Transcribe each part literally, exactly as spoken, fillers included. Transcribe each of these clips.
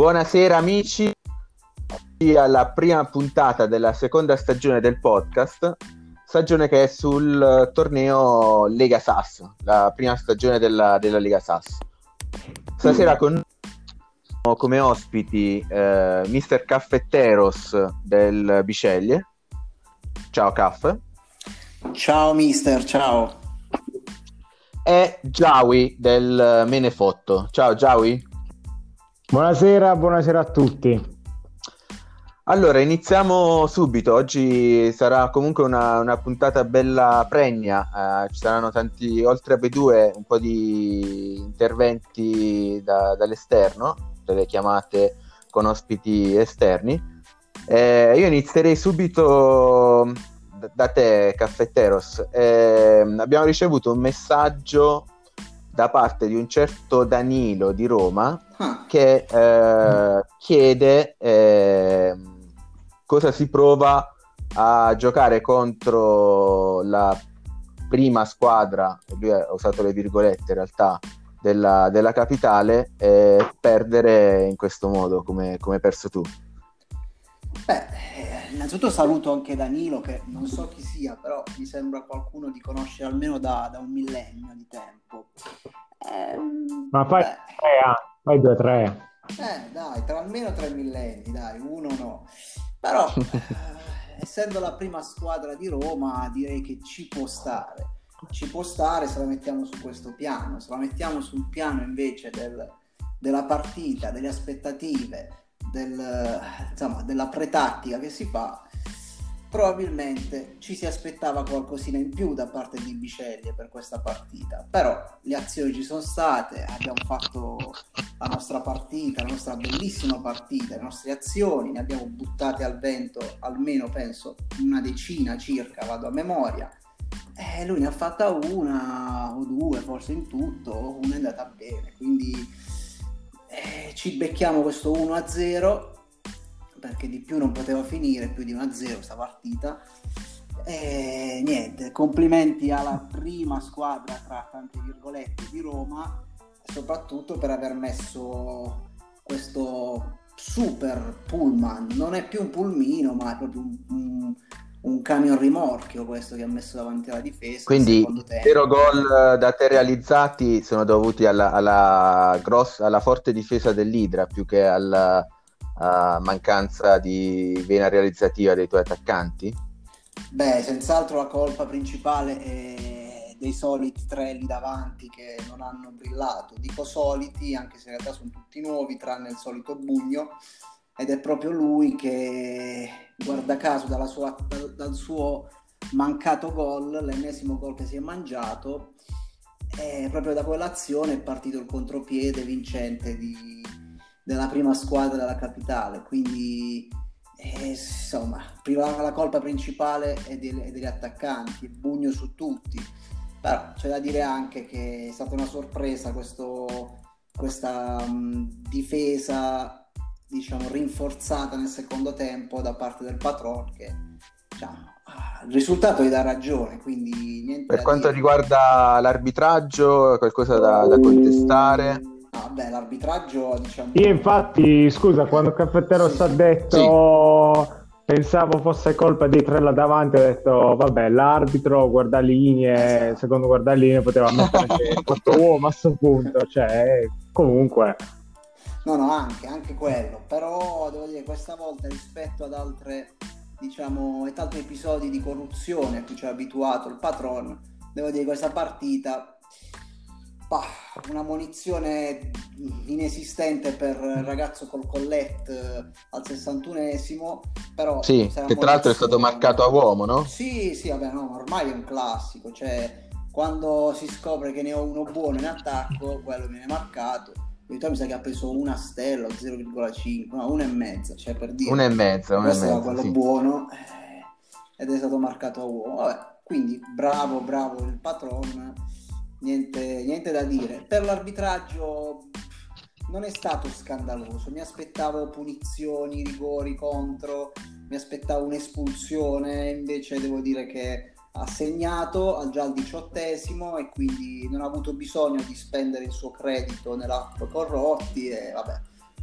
Buonasera amici, alla prima puntata della seconda stagione del podcast, stagione che è sul torneo Lega Sass, la prima stagione della, della Lega Sass. Stasera con noi come ospiti eh, mister Caffetteros del Biceglie. Ciao Caff. Ciao mister, ciao. E Giawi del Menefotto. Ciao Giawi. Buonasera, buonasera a tutti. Allora, iniziamo subito. Oggi sarà comunque una, una puntata bella pregna. Uh, ci saranno tanti, oltre a B due, un po' di interventi da, dall'esterno, delle chiamate con ospiti esterni. Eh, io inizierei subito da, da te, Caffetteros. Eh, abbiamo ricevuto un messaggio da parte di un certo Danilo di Roma ah. che eh, chiede eh, cosa si prova a giocare contro la prima squadra, lui ha usato le virgolette in realtà, della, della capitale, e perdere in questo modo come hai perso tu. Beh, innanzitutto saluto anche Danilo, che non so chi sia, però mi sembra qualcuno di conoscere almeno da, da un millennio di tempo. Eh, Ma fai beh. tre anni, fai due tre. Eh, dai, tra almeno tre millenni, dai, uno no. Però, eh, essendo la prima squadra di Roma, direi che ci può stare. Ci può stare se la mettiamo su questo piano. Se la mettiamo sul piano invece del, della partita, delle aspettative, del, insomma, della pretattica che si fa, probabilmente ci si aspettava qualcosina in più da parte di Biceglie per questa partita. Però le azioni ci sono state, abbiamo fatto la nostra partita, la nostra bellissima partita, le nostre azioni, ne abbiamo buttate al vento almeno penso una decina circa, vado a memoria, e lui ne ha fatta una o due forse in tutto, una è andata bene, quindi eh, ci becchiamo questo uno a zero, perché di più non poteva finire, più di uno a zero sta partita. E niente, complimenti alla prima squadra tra tante virgolette di Roma, soprattutto per aver messo questo super pullman. Non è più un pulmino, ma è proprio un, un, un camion rimorchio questo che ha messo davanti alla difesa. Quindi i zero gol da te realizzati sono dovuti alla, alla, grossa, alla forte difesa dell'Idra più che alla Uh, mancanza di vena realizzativa dei tuoi attaccanti? Beh, senz'altro la colpa principale è dei soliti tre lì davanti che non hanno brillato. Dico soliti anche se in realtà sono tutti nuovi tranne il solito Bugno, ed è proprio lui che, guarda caso, dalla sua, dal, dal suo mancato gol, l'ennesimo gol che si è mangiato, è proprio da quell'azione è partito il contropiede vincente di della prima squadra della capitale, quindi eh, insomma prima la colpa principale è, del, è degli attaccanti, Bugno su tutti, però c'è da dire anche che è stata una sorpresa questo, questa um, difesa diciamo rinforzata nel secondo tempo da parte del patron, che diciamo, il risultato gli dà ragione, quindi niente. Per quanto dire. Riguarda l'arbitraggio, qualcosa da, da contestare? Ah, beh, l'arbitraggio diciamo. Io infatti, scusa, quando Caffetteros sì, ha detto sì. Pensavo fosse colpa dei tre là davanti, ho detto vabbè, l'arbitro guardalinee, esatto. Secondo guardalinee poteva mettere quattro uomo a questo punto, cioè comunque. No, no, anche, anche quello, però devo dire questa volta rispetto ad altre, diciamo, ad altri episodi di corruzione a cui ci ha abituato il patron, devo dire questa partita bah, una munizione inesistente per il ragazzo col collet al sessantunesimo, però sì, che tra l'altro è stato marcato a uomo, no? Sì, sì, vabbè, no, ormai è un classico, cioè quando si scopre che ne ho uno buono in attacco, quello viene marcato. Mi sa che ha preso una stella o zero virgola cinque, no, una e mezza, cioè per dire una e mezza, una questo e mezza, era quello sì. Buono eh, ed è stato marcato a uomo. Vabbè, quindi bravo, bravo il patron. Niente, niente da dire. Per l'arbitraggio non è stato scandaloso, mi aspettavo punizioni, rigori contro, mi aspettavo un'espulsione, invece devo dire che ha segnato al già al diciottesimo e quindi non ha avuto bisogno di spendere il suo credito nell'app Corrotti e vabbè,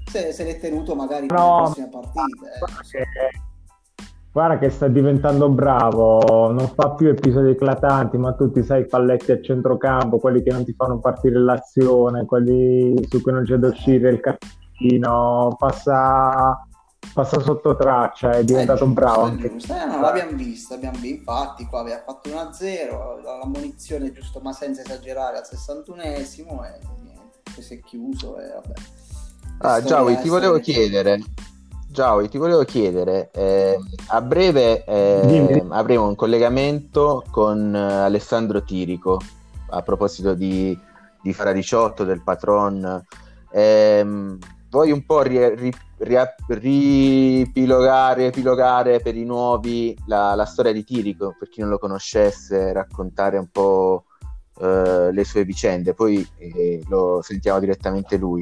se, se l'è tenuto magari per le No, prossime partite. Eh. guarda che, guarda che sta diventando bravo, non fa più episodi eclatanti, ma tu ti sai i falletti a centrocampo, quelli che non ti fanno partire l'azione, quelli su cui non c'è da uscire il cartellino, passa, passa sotto traccia, è diventato giusto, bravo è anche. giusto. Eh, no, l'abbiamo visto, abbiamo visto, infatti qua aveva fatto uno a zero, la munizione giusto ma senza esagerare al sessantunesimo e niente, poi si è chiuso e vabbè. Ah, Giaui, ti volevo chiedere, Giaui, ti volevo chiedere, eh, a breve eh, avremo un collegamento con eh, Alessandro Tirico a proposito di, di Fara diciotto, del Patron. Ehm, vuoi un po' ri, ri, ri, ripilogare epilogare per i nuovi la, la storia di Tirico, per chi non lo conoscesse, raccontare un po' eh, le sue vicende, poi eh, lo sentiamo direttamente lui.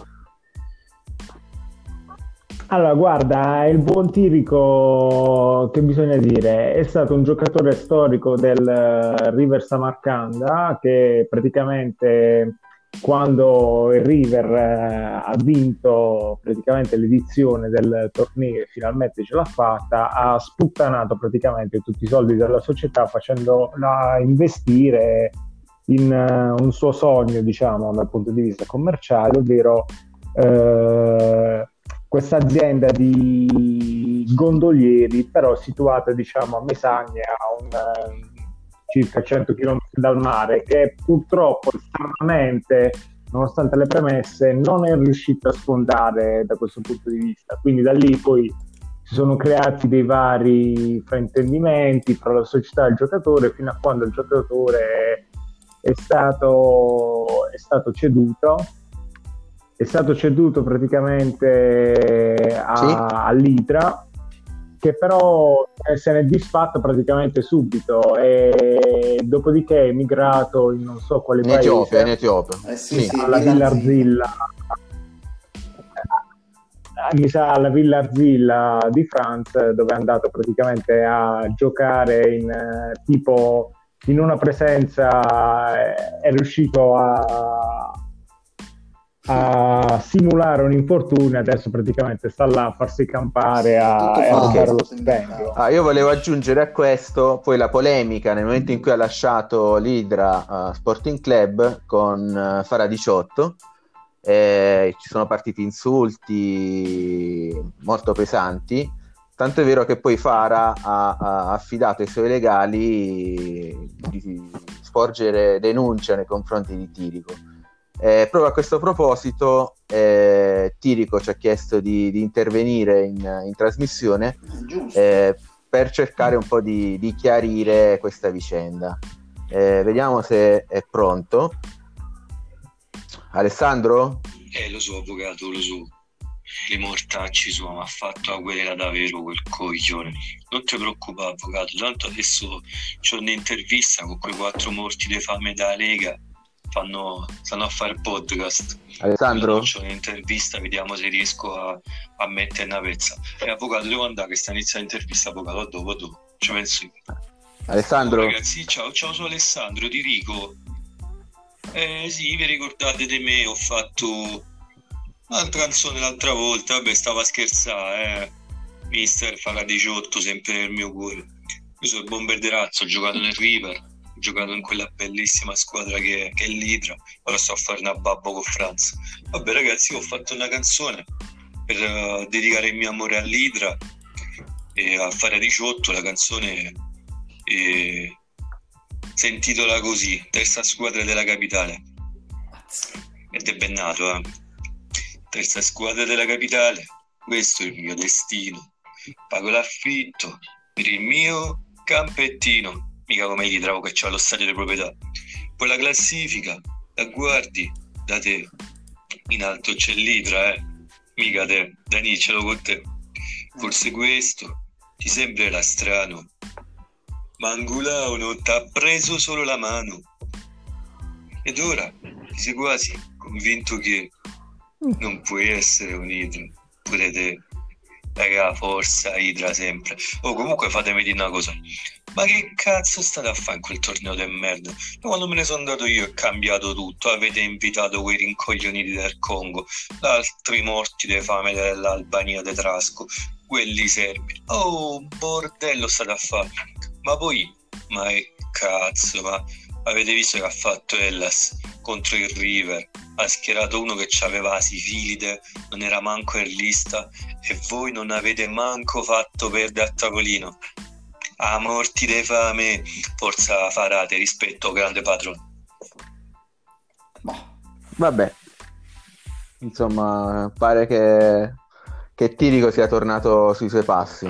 Allora, guarda, il buon Tirico, che bisogna dire, è stato un giocatore storico del River Samarcanda che praticamente quando il River ha vinto praticamente l'edizione del torneo e finalmente ce l'ha fatta, ha sputtanato praticamente tutti i soldi della società facendola investire in un suo sogno, diciamo, dal punto di vista commerciale, ovvero eh, questa azienda di gondolieri, però situata diciamo a Mesagna, a un, eh, circa cento chilometri dal mare, che purtroppo stranamente, nonostante le premesse, non è riuscita a sfondare da questo punto di vista. Quindi da lì poi si sono creati dei vari fraintendimenti tra la società e il giocatore, fino a quando il giocatore è stato, è stato ceduto. È stato ceduto praticamente a, sì? all'Hydra, che però se ne è disfatto praticamente subito e dopodiché è emigrato in non so quale in paese, Etiopia, in Etiopia. Eh sì, sì. sì, alla Villa Arzilla, mi sa alla Villa Arzilla di France, dove è andato praticamente a giocare in eh, tipo in una presenza, eh, è riuscito a a simulare un infortunio, adesso praticamente sta là a farsi campare a, e a rubare lo stipendio. Ah, io volevo aggiungere a questo poi la polemica nel momento in cui ha lasciato l'Hydra uh, Sporting Club con uh, Fara diciotto, eh, ci sono partiti insulti molto pesanti, tanto è vero che poi Fara ha, ha affidato ai suoi legali di sporgere denuncia nei confronti di Tirico. Eh, proprio a questo proposito eh, Tirico ci ha chiesto di, di intervenire in, in trasmissione eh, per cercare un po' di, di chiarire questa vicenda. Eh, vediamo se è pronto. Alessandro? Eh, lo so, avvocato, lo so. I mortacci su, ma ha fatto la querela davvero quel coglione. Non ti preoccupare, avvocato, tanto adesso c'ho un'intervista con quei quattro morti di fame da Lega. Fanno, stanno a fare podcast. Alessandro? Faccio un'intervista, vediamo se riesco a, a mettere una pezza. E avvocato, devo andare che sta iniziando l'intervista, avvocato, a dopo, a dopo. Ci penso io. Alessandro? Oh, ragazzi, ciao, ciao, sono Alessandro di Rico. Eh sì, vi ricordate di me? Ho fatto un'altra canzone l'altra volta, vabbè, stavo a scherzare, eh. Mister Fara diciotto, sempre nel mio cuore. Io sono il bombarderazzo, ho giocato nel River. Ho giocato in quella bellissima squadra che, che è l'Hydra, ora sto a fare una babbo con Franz. Vabbè ragazzi, ho fatto una canzone per uh, dedicare il mio amore all'Hydra e a Fara diciotto. La canzone eh, si intitola così: terza squadra della capitale, ed è ben nato, eh? Terza squadra della capitale, questo è il mio destino, pago l'affitto per il mio campettino. Mica come l'Hydra che c'ha lo stadio di proprietà. Poi la classifica la guardi da te, in alto c'è l'Hydra, eh mica te, Dani, ce l'ho con te. Forse questo ti sembrerà strano, ma Angulao non t'ha preso solo la mano, ed ora ti sei quasi convinto che non puoi essere un Hydra pure te. Raga, forza Hydra sempre. Oh, comunque fatemi dire una cosa, Ma che cazzo state a fare in quel torneo de merda? Quando me ne sono andato io è cambiato tutto. Avete invitato quei rincoglioniti del Congo, altri morti di fame dell'Albania, de Trasco, quelli serbi. Oh, bordello state a fare. Ma poi, ma che cazzo, ma avete visto che ha fatto Hellas contro il River? Ha schierato uno che aveva la sifilide, non era manco in lista, e voi non avete manco fatto perdere a tavolino. A morti di fame, forza farate rispetto, grande padrone. Vabbè, insomma, pare che, che Tirico sia tornato sui suoi passi.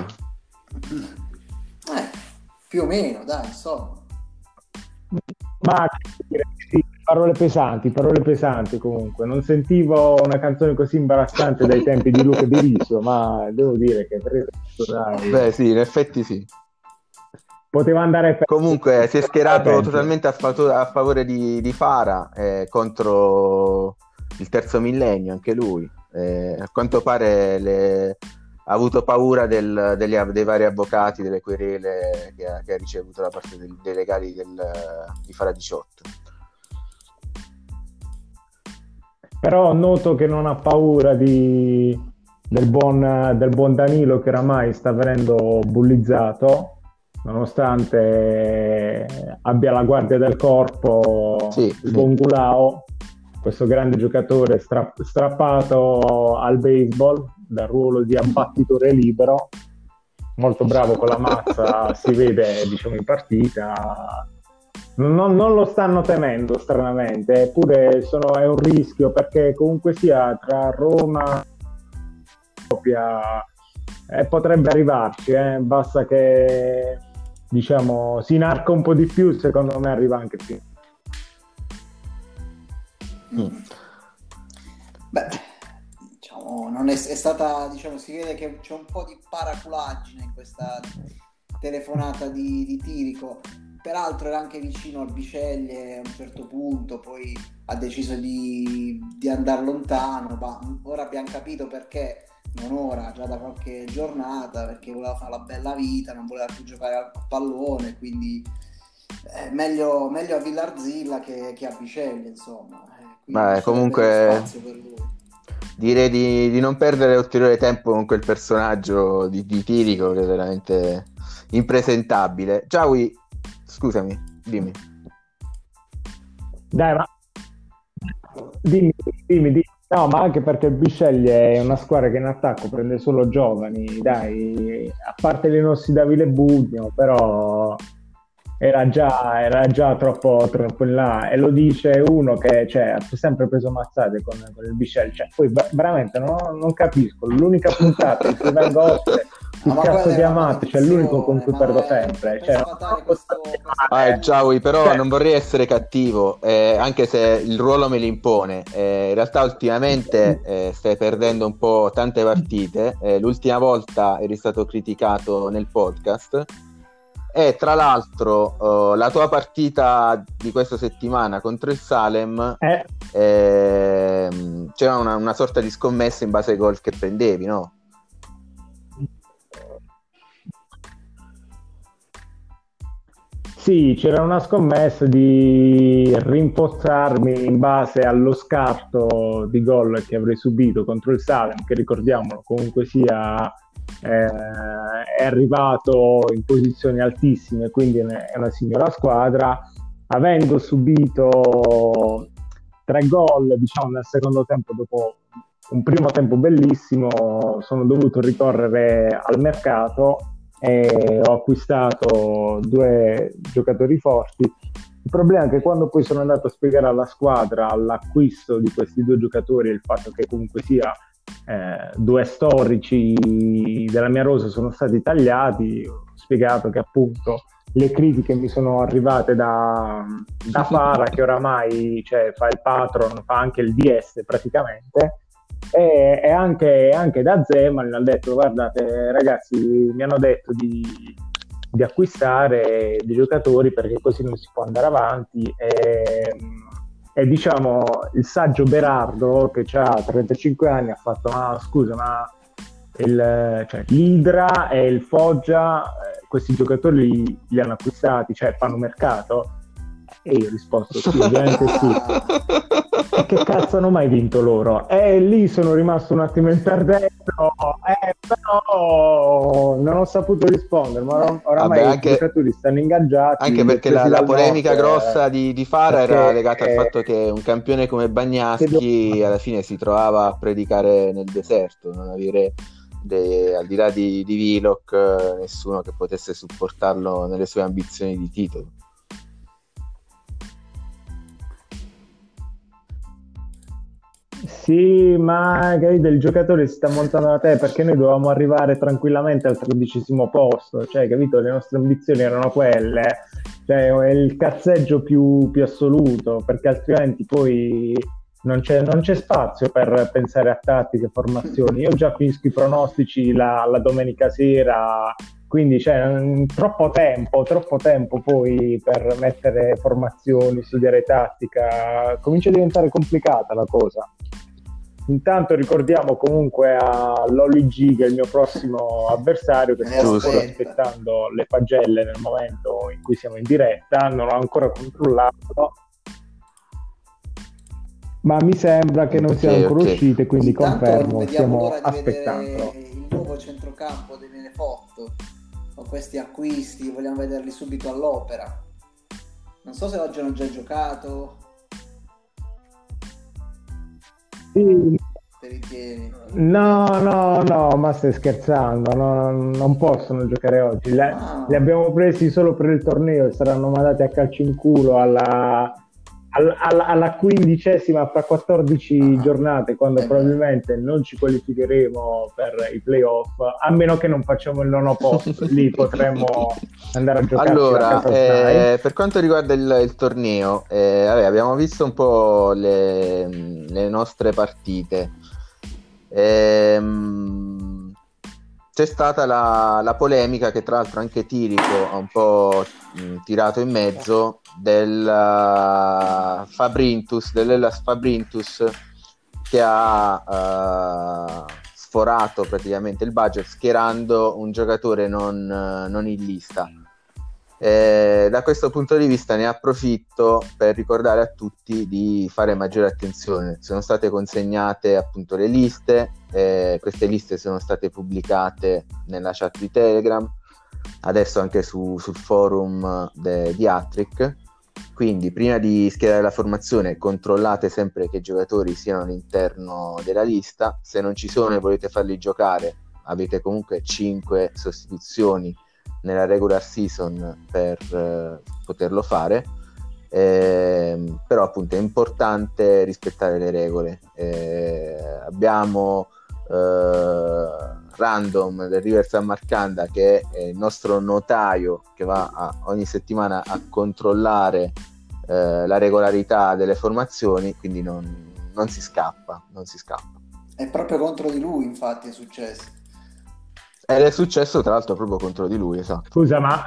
Eh, più o meno, dai, insomma. Ma sì, parole pesanti, parole pesanti comunque. Non sentivo una canzone così imbarazzante dai tempi di Luca De Riso, ma devo dire che per il resto, dai, Beh sì, in effetti sì. poteva andare per... Comunque si è schierato peggio. totalmente a, fato- a favore di, di Fara eh, contro il terzo millennio, anche lui. Eh, a quanto pare le- ha avuto paura del- degli av- dei vari avvocati, delle querele che ha, che ha ricevuto da parte del- dei legali del- di Fara diciotto. Però noto che non ha paura di... del, buon... del buon Danilo, che oramai sta venendo bullizzato, nonostante abbia la guardia del corpo, Sì, il sì. buon Gulao, questo grande giocatore stra- strappato al baseball dal ruolo di abbattitore libero, molto bravo con la mazza, si vede, diciamo, in partita. Non, non lo stanno temendo stranamente, eppure sono, è un rischio, perché comunque sia tra Roma e eh, potrebbe arrivarci, eh. Basta che, diciamo, si inarca un po' di più, secondo me arriva anche più. Mm. Beh, diciamo, non è, è stata, diciamo, si vede che c'è un po' di paraculaggine in questa telefonata di, di Tirico. Peraltro era anche vicino al Biceglie a un certo punto, poi ha deciso di, di andare lontano, ma ora abbiamo capito perché, non ora, già da qualche giornata, perché voleva fare la bella vita, non voleva più giocare al pallone, quindi eh, meglio, meglio a Villarzilla che, che a Biceglie, insomma. Eh, quindi Beh, ci sarebbe comunque lo spazio per lui. direi di, di non perdere ulteriore tempo con quel personaggio di, di Tirico, che è veramente impresentabile. Giaui, scusami, dimmi. Dai, ma dimmi, dimmi, dimmi. No, ma anche perché il Bisceglie è una squadra che in attacco prende solo giovani, dai, a parte l'inossidabile Bugno, però era già, era già troppo, troppo in là, e lo dice uno che, cioè, ha sempre preso mazzate con, con il Bisceglie, cioè, poi ba- veramente no, non capisco, l'unica puntata in cui vengo ospite, il Ma cazzo quella di è una Amat, cioè l'unico con cui maledizione, perdo ma è sempre, per cioè, sfatare questo- Ah, Giaui, però Cioè- non vorrei essere cattivo, eh, anche se il ruolo me l'impone. Eh, in realtà ultimamente eh, stai perdendo un po' tante partite. Eh, l'ultima volta eri stato criticato nel podcast. E tra l'altro eh, la tua partita di questa settimana contro il Salem eh, ehm, c'era una, una sorta di scommessa in base ai gol che prendevi, no? Sì, c'era una scommessa di rimpozzarmi in base allo scarto di gol che avrei subito contro il Salem, che ricordiamolo comunque sia eh, è arrivato in posizioni altissime, quindi è una signora squadra. Avendo subito tre gol, diciamo, nel secondo tempo, dopo un primo tempo bellissimo, sono dovuto ricorrere al mercato e ho acquistato due giocatori forti. Il problema è che quando poi sono andato a spiegare alla squadra l'acquisto di questi due giocatori e il fatto che comunque sia eh, due storici della mia rosa sono stati tagliati, ho spiegato che appunto le critiche mi sono arrivate da, da Fara, che oramai, cioè, fa il patron, fa anche il D S praticamente, e, e anche, anche da Zeman mi hanno detto: guardate ragazzi, mi hanno detto di, di acquistare dei giocatori perché così non si può andare avanti, e, e diciamo il saggio Berardo, che ha trentacinque anni, ha fatto: ma scusa, ma il, cioè, l'Idra e il Foggia questi giocatori li, li hanno acquistati, cioè fanno mercato? E io ho risposto sì, ovviamente sì. E che cazzo hanno mai vinto loro? E lì sono rimasto un attimo interdetto, eh, però non ho saputo rispondere, ma or- oramai Vabbè, anche, i giocatori stanno ingaggiati. anche perché la, la polemica grossa di, di Fara perché, era legata al eh, fatto che un campione come Bagnaschi alla fine si trovava a predicare nel deserto, non avere de, al di là di, di Willock nessuno che potesse supportarlo nelle sue ambizioni di titolo. Sì, ma il giocatore si sta montando da te, perché noi dovevamo arrivare tranquillamente al tredicesimo posto, cioè, capito? Le nostre ambizioni erano quelle, cioè è il cazzeggio più, più assoluto, perché altrimenti poi non c'è, non c'è spazio per pensare a tattiche, formazioni. Io già finisco i pronostici la, la domenica sera, quindi c'è troppo tempo, troppo tempo poi per mettere formazioni, studiare tattica, comincia a diventare complicata la cosa. Intanto ricordiamo comunque a Lolly G, che è il mio prossimo avversario, che sto ancora aspettando le pagelle nel momento in cui siamo in diretta, non ho ancora controllato, ma mi sembra che non siano ancora okay. uscite, quindi intanto confermo, stiamo aspettando. Il nuovo centrocampo dei Menefotto, con questi acquisti, vogliamo vederli subito all'opera. Non so se oggi hanno già giocato. Sì. No, no, no, ma stai scherzando, no, non possono giocare oggi. Le, ah. li abbiamo presi solo per il torneo e saranno mandati a calcio in culo alla, alla, alla quindicesima fra quattordici ah. giornate, quando eh probabilmente beh. non ci qualificheremo per i playoff, a meno che non facciamo il nono posto. Lì potremo andare a giocare. Allora, eh, per quanto riguarda il, il torneo, eh, vabbè, abbiamo visto un po' le, le nostre partite. Ehm, c'è stata la, la polemica che tra l'altro anche Tirico ha un po' mh, tirato in mezzo del uh, Fabrintus, dell'Hellas Fabrintus, che ha uh, sforato praticamente il budget schierando un giocatore non, non in lista. Eh, da questo punto di vista ne approfitto per ricordare a tutti di fare maggiore attenzione. Sono state consegnate appunto le liste, eh, queste liste sono state pubblicate nella chat di Telegram, adesso anche su, sul forum de, di Hattrick, quindi prima di schierare la formazione controllate sempre che i giocatori siano all'interno della lista. Se non ci sono e volete farli giocare, avete comunque cinque sostituzioni nella regular season per eh, poterlo fare, eh, però appunto è importante rispettare le regole. Eh, abbiamo eh, Random del River San Marcanda, che è il nostro notaio che va a, ogni settimana a controllare eh, la regolarità delle formazioni, quindi non, non si scappa, non si scappa. È proprio contro di lui, infatti, è successo. Ed è successo tra l'altro proprio contro di lui, esatto. Scusa, ma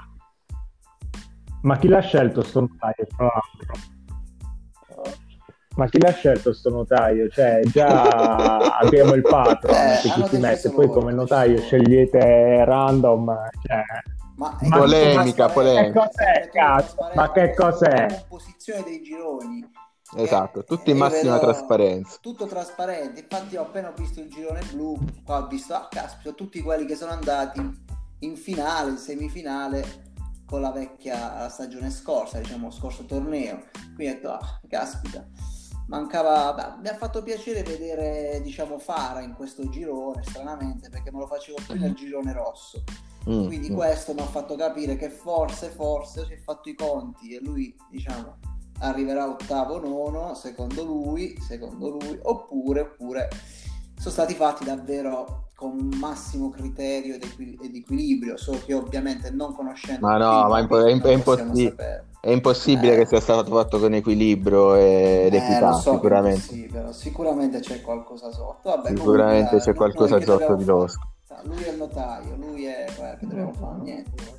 ma chi l'ha scelto sto notaio, tra l'altro? Ma chi l'ha scelto sto notaio? Cioè, già abbiamo il patron eh, che chi si mette, poi come notaio scegliete random, cioè... Ma, ma polemica, polemica. Che cos'è, cazzo? Ma che cos'è? La posizione dei gironi. Esatto, tutto in massima trasparenza. Tutto trasparente. Infatti, ho appena visto il girone blu. Qua ho visto, ah, caspita, tutti quelli che sono andati in finale, in semifinale con la vecchia la stagione scorsa, diciamo, scorso torneo. Quindi ho detto, ah, caspita, mancava. Beh, mi ha fatto piacere vedere, diciamo, Fara in questo girone, stranamente, perché me lo facevo più nel girone rosso. Mm, Quindi mm. questo mi ha fatto capire che forse, forse si è fatto i conti e lui, diciamo, arriverà ottavo, nono, secondo lui, secondo lui, oppure, oppure sono stati fatti davvero con massimo criterio ed, equi- ed equilibrio, solo che ovviamente non conoscendo... Ma no, ma è, impo- è, imp- è, impossi- è impossibile eh. che sia stato fatto con equilibrio ed eh, equità, so, sicuramente. Sì, però sicuramente c'è qualcosa sotto. Vabbè, sicuramente comunque, c'è qualcosa sotto di loro. Lui è il notaio, lui è... Guarda, che dobbiamo fare? Niente.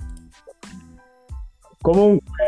Comunque...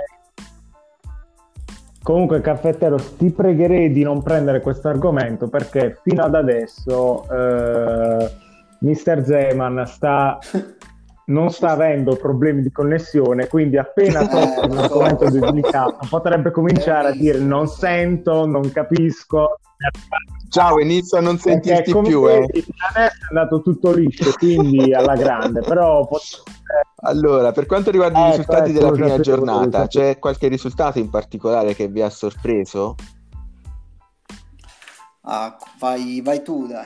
Comunque, caffettero, ti pregherei di non prendere questo argomento, perché fino ad adesso eh, mister Zeman sta non sta avendo problemi di connessione, quindi appena tocca Eh, un lo so, argomento lo so. delicato potrebbe È cominciare a dire verissimo, lo non so. sento, non capisco. Ciao, inizio a non Perché sentirti come più, eh. vedi, adesso è andato tutto liscio, quindi alla grande, però pot- Allora, per quanto riguarda i ecco, risultati ecco, della lo prima sapevo, lo giornata, sapevo. c'è qualche risultato in particolare che vi ha sorpreso? Ah, vai, vai tu, dai.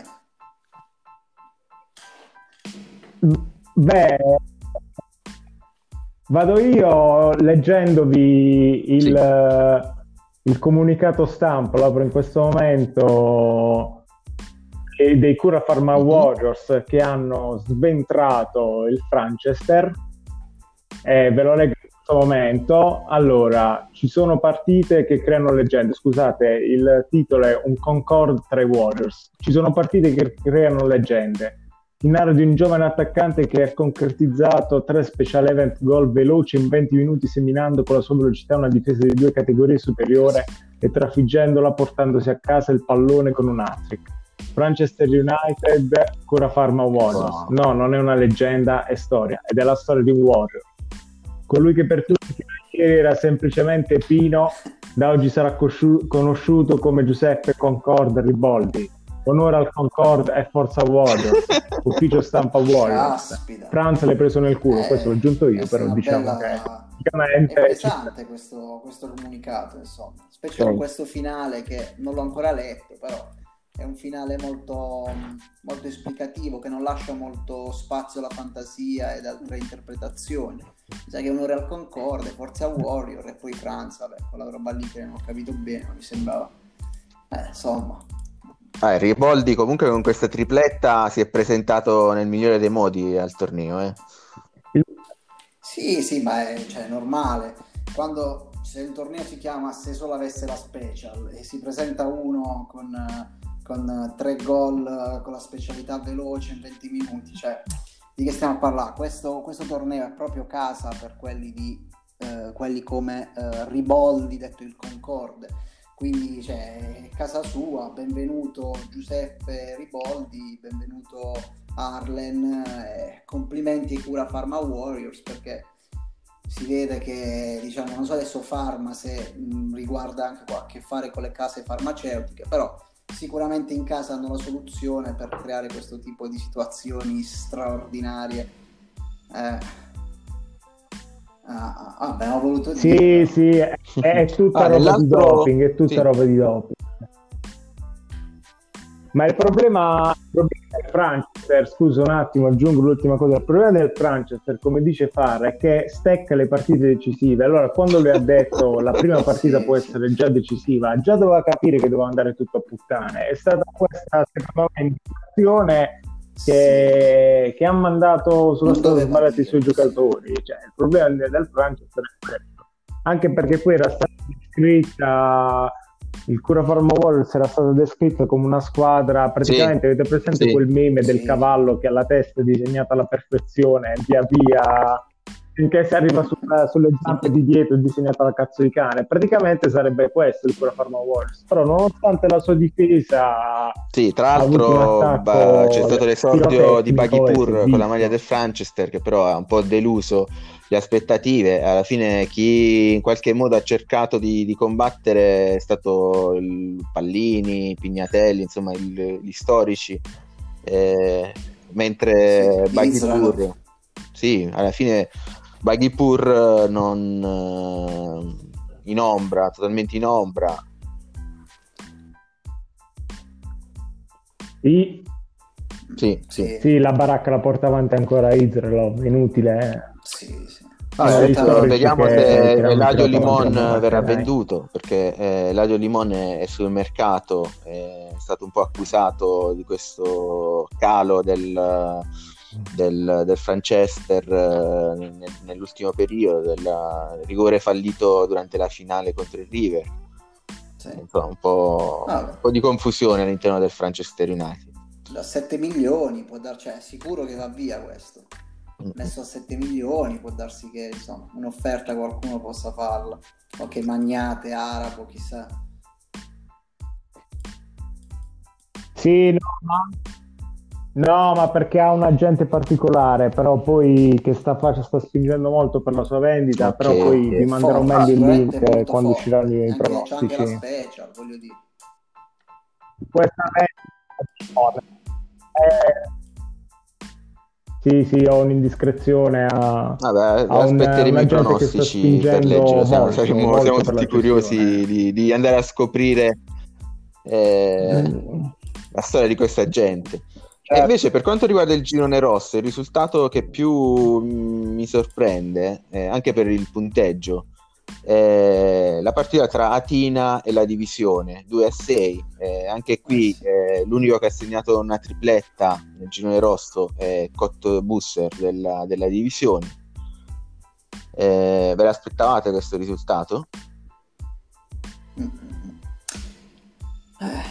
Beh, vado io leggendovi il, Sì. eh, il comunicato stampa, lo apro in questo momento, eh, dei Cura Pharma Mhm. Warriors che hanno sventrato il Franchester. Eh, ve lo leggo in questo momento. Allora, ci sono partite che creano leggende. Scusate, il titolo è Un Concord tra i Warriors. Ci sono partite che creano leggende. Il narro di un giovane attaccante che ha concretizzato tre special event goal veloci in venti minuti, seminando con la sua velocità una difesa di due categorie superiore e trafiggendola portandosi a casa il pallone con un hat-trick. Manchester United, Cura Pharma Warriors. Wow. No, non è una leggenda, è storia, ed è la storia di un Warrior. Colui che per tutti ieri era semplicemente Pino, da oggi sarà cosciu- conosciuto come Giuseppe Concord Riboldi. Onore al Concord e forza Warriors, ufficio stampa Warriors. Caspita. Franz l'hai preso nel culo, Eh, questo l'ho aggiunto io, questa è però una diciamo bella- che È praticamente pesante questo, questo comunicato, insomma, specie con Sì. questo finale che non l'ho ancora letto, però è un finale molto, molto esplicativo, che non lascia molto spazio alla fantasia ed altre interpretazioni. Mi sa che onore al Concorde, Forza Warrior e poi Franz, vabbè, quella roba lì che non ho capito bene, ma mi sembrava... Eh, insomma... Ah, il Riboldi comunque con questa tripletta si è presentato nel migliore dei modi al torneo, eh. Sì, sì, ma è, cioè, è normale. Quando se il torneo si chiama Se solo avesse la special e si presenta uno con, eh, con eh, tre gol eh, con la specialità veloce in venti minuti, cioè di che stiamo a parlare? Questo, questo torneo è proprio casa per quelli di eh, quelli come eh, Riboldi, detto il Concorde. Quindi cioè, è casa sua, benvenuto Giuseppe Riboldi, benvenuto Arlen, eh, complimenti ai Cura Pharma Warriors, perché si vede che, diciamo, non so adesso Pharma se mh, riguarda anche qua a che fare con le case farmaceutiche, però sicuramente in casa hanno la soluzione per creare questo tipo di situazioni straordinarie. Eh, ah, ah, abbiamo voluto Sì, dire. sì, è, è tutta Ah, roba di nell'altro- doping, è tutta sì. roba di doping. Ma il problema, il problema del Franchester, scusa un attimo, aggiungo l'ultima cosa, il problema del Franchester, come dice Farr, è che stecca le partite decisive. Allora, quando lui ha detto la prima partita Sì, può sì. essere già decisiva, già doveva capire che doveva andare tutto a puttane. È stata questa, secondo me, indicazione che, che ha mandato sulla Non strada doveva sbagliata i dire, suoi sì. giocatori. Cioè, il problema del, del Franchester è questo. Anche perché poi era stata descritta, il Cura Pharma Warriors era stato descritto come una squadra, praticamente avete presente Sì. quel meme del Sì. cavallo che ha la testa disegnata alla perfezione, via via finché si arriva sulla- sulle zampe di dietro è disegnata la cazzo di cane. Praticamente sarebbe questo il Cura Pharma Warriors, però nonostante la sua difesa Sì, tra ha avuto un l'altro attacco ba- c'è stato l'esordio di pirotecnico Baghipur e con la servizio. maglia del Franchester, che però ha un po' deluso le aspettative. Alla fine chi in qualche modo ha cercato di, di combattere è stato il Pallini, Pignatelli, insomma il- gli storici, eh, mentre Sì, Baghipur, Israel. sì, alla fine Baghipur eh, non eh, in ombra, totalmente in ombra. Sì, Sì, sì. sì, la baracca la porta avanti ancora Israel, inutile, eh. Sì, sì. Vabbè, Sono adesso storici vediamo che- se che l'hanno Eladio tirato avanti Limon la baracca, verrà dai. venduto, perché eh, Eladio Limon è è sul mercato, è stato un po' accusato di questo calo del, del, del Franchester eh, nel- nell'ultimo periodo, del rigore fallito durante la finale contro il River. Sì. Insomma, un po', Vabbè. un po' di confusione all'interno del Manchester United. Da sette milioni può dar, cioè, è sicuro che va via questo. Messo a sette milioni può darsi che, insomma, un'offerta qualcuno possa farla. Qualche magnate arabo, chissà. Sì, no, ma No, ma perché ha un agente particolare, però poi che sta, faccia, sta spingendo molto per la sua vendita, Ok, però poi vi ok. manderò Forte, meglio il sicuramente link eh, molto quando usciranno forte. i Anche, c'è anche la pronostici. special, voglio dire. Questa vendita, eh, sì, sì, ho un'indiscrezione a, Vabbè, a un, aspetteremo un i agente che sta pronostici per spingendo leggerlo. Siamo, molto, saremo, siamo molto per tutti la curiosi cessione. di, di andare a scoprire eh, Mm, la storia di questa gente. E certo. invece, per quanto riguarda il girone rosso, il risultato che più mm, mi sorprende, eh, anche per il punteggio, è la partita tra Atina e la Divisione due a sei. Eh, anche Eh qui sì. eh, l'unico che ha segnato una tripletta nel girone rosso è Cotto Busser della, della Divisione. Eh, ve l'aspettavate questo risultato? Mm, mm, mm. Eh,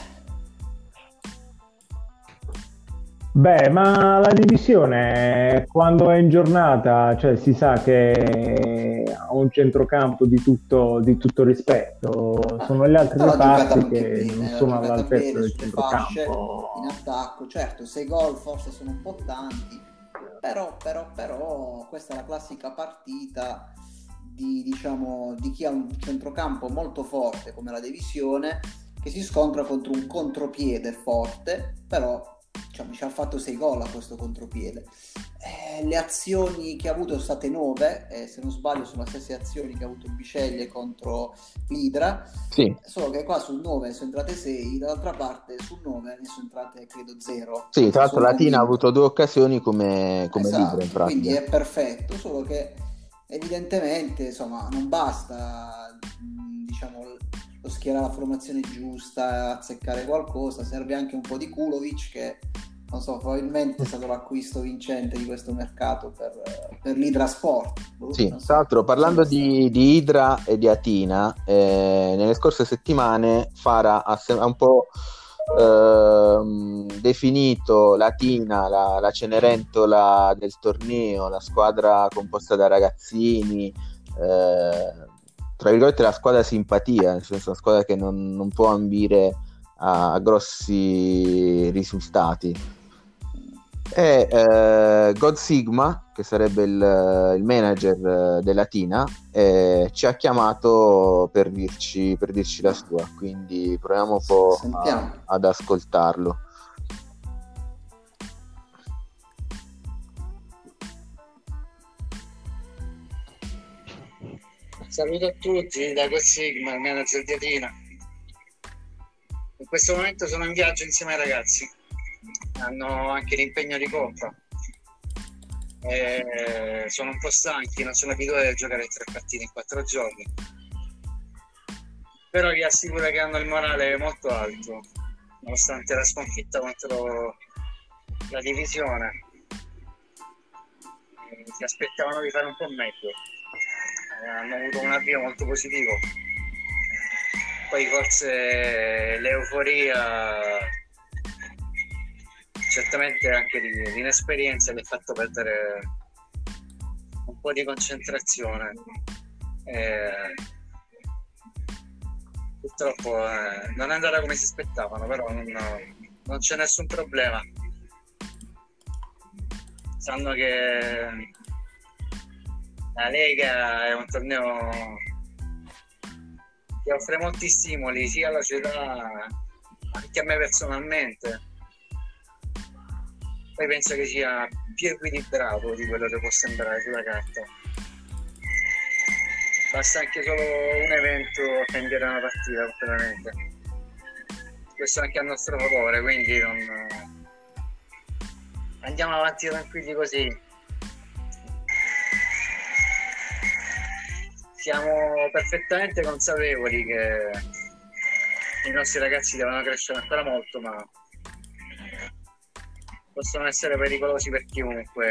Beh, ma la divisione quando è in giornata, cioè si sa che ha un centrocampo di tutto, di tutto rispetto, ah, sono gli altri però ha giocato reparti anche che non bene, ha sono giocato all'altezza bene del sulle fasce in centrocampo. attacco. Certo, sei gol forse sono un po' tanti, però, però, però questa è la classica partita di, diciamo, di chi ha un centrocampo molto forte come la Divisione, che si scontra contro un contropiede forte, però diciamo, ci ha fatto sei gol a questo contropiede. Eh, le azioni che ha avuto sono state nove, eh, se non sbaglio sono le stesse azioni che ha avuto Biceglie contro l'Idra, Sì, solo che qua sul nove ne sono entrate sei, dall'altra parte sul nove ne sono entrate credo zero, sì, tra anzi l'altro sono Latina ha convinto. avuto due occasioni come, come libero in Esatto, quindi pratica. è perfetto, solo che evidentemente insomma non basta mh, diciamo lo schierare la formazione giusta, azzeccare qualcosa, serve anche un po' di Kulovic che non so, probabilmente è stato l'acquisto vincente di questo mercato per, per l'Idra Sport. Boh, Sì, non tra so, l'altro parlando sembra strano. di, di Idra e di Atina, eh, nelle scorse settimane Fara ha, se- ha un po' ehm, definito l'Atina, la, la Cenerentola del torneo, la squadra composta da ragazzini, eh, tra virgolette la squadra simpatia, nel senso una squadra che non, non può ambire a, a grossi risultati. E eh, God Sigma, che sarebbe il, il manager eh, della Tina, eh, ci ha chiamato per dirci, per dirci la sua, quindi proviamo un S- po' a- sentiamo. ad ascoltarlo. Saluto a tutti da quel Sigma, il manager di Atina. In questo momento sono in viaggio insieme ai ragazzi, hanno anche l'impegno di coppa. E sono un po' stanchi, non sono abituati a giocare tre partite in quattro giorni. Però vi assicuro che hanno il morale molto alto, nonostante la sconfitta contro la divisione. Si aspettavano di fare un po' meglio. Hanno avuto un avvio molto positivo. Poi forse l'euforia, certamente anche di, di inesperienza, gli ha fatto perdere un po' di concentrazione. E purtroppo eh, non è andata come si aspettavano, però non, non c'è nessun problema. Sanno che la Lega è un torneo che offre molti stimoli sia alla città anche a me personalmente. Poi penso che sia più equilibrato di quello che può sembrare sulla carta. Basta anche solo un evento a cambiare una partita completamente. Questo anche a nostro favore, quindi non... andiamo avanti tranquilli così. Siamo perfettamente consapevoli che i nostri ragazzi devono crescere ancora molto, ma possono essere pericolosi per chiunque.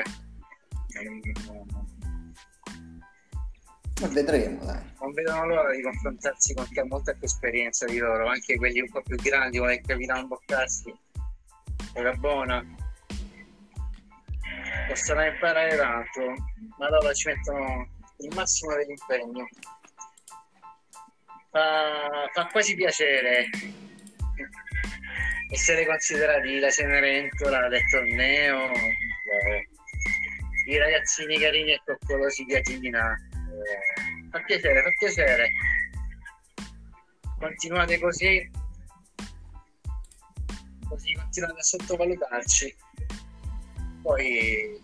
Ma vedremo, dai. Non vedono l'ora di confrontarsi con chi ha molta più esperienza di loro, anche quelli un po' più grandi come il capitano Boccasti o Gabona. Possono imparare tanto, ma loro ci mettono il massimo dell'impegno. Fa, fa quasi piacere essere considerati la Cenerentola del torneo, eh, i ragazzini carini e coccolosi di Atina. Eh, fa piacere, fa piacere. Continuate così, così continuate a sottovalutarci. Poi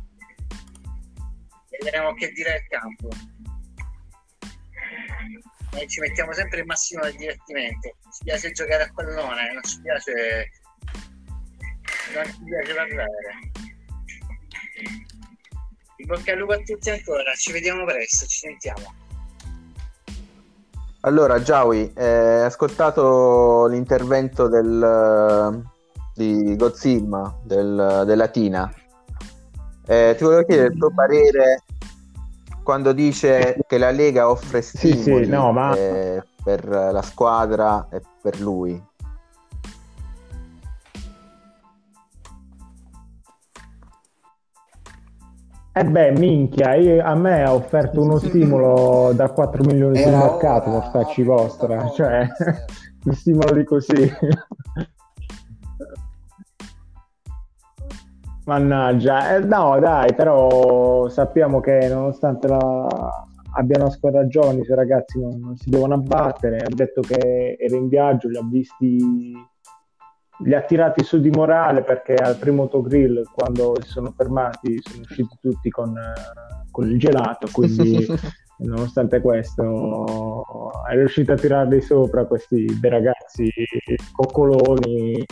vedremo che dire il campo. Noi ci mettiamo sempre il massimo del divertimento. Ci piace giocare a pallone, non ci piace, non ci piace parlare. In bocca al lupo a tutti ancora, ci vediamo presto, ci sentiamo. Allora, Giaui, eh, hai ascoltato l'intervento del, di Godzilla, del, della Tina. Eh, ti volevo chiedere il tuo parere quando dice che la Lega offre Sì, stimoli sì, no, ma eh, per la squadra e per lui. eh beh, minchia, io- a me ha offerto uno stimolo da quattro milioni sul Era mercato, ora, mortacci apri il vostra, portafoglio, cioè, mister. un stimolo di così. Mannaggia, eh, no, dai, però sappiamo che nonostante la... abbia una squadra giovane, i suoi ragazzi non, non si devono abbattere. Ha detto che era in viaggio, li ha visti, li ha tirati su di morale perché al primo autogrill, quando si sono fermati, sono usciti tutti con, eh, con il gelato, quindi nonostante questo è riuscito a tirarli sopra questi dei ragazzi coccoloni.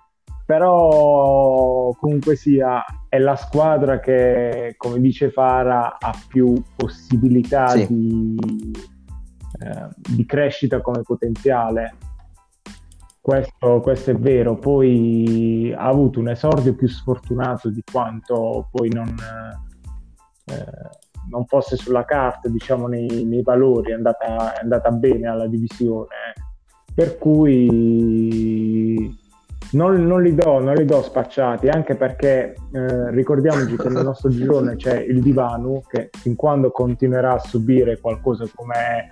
Però comunque sia è la squadra che, come dice Fara, ha più possibilità Sì. di, eh, di crescita come potenziale. Questo, questo è vero. Poi ha avuto un esordio più sfortunato di quanto poi non, eh, non fosse sulla carta, diciamo nei, nei valori. È andata, è andata bene alla divisione, per cui non, non li do, non li do spacciati, anche perché eh, ricordiamoci che nel nostro girone c'è il Divanu che fin quando continuerà a subire qualcosa come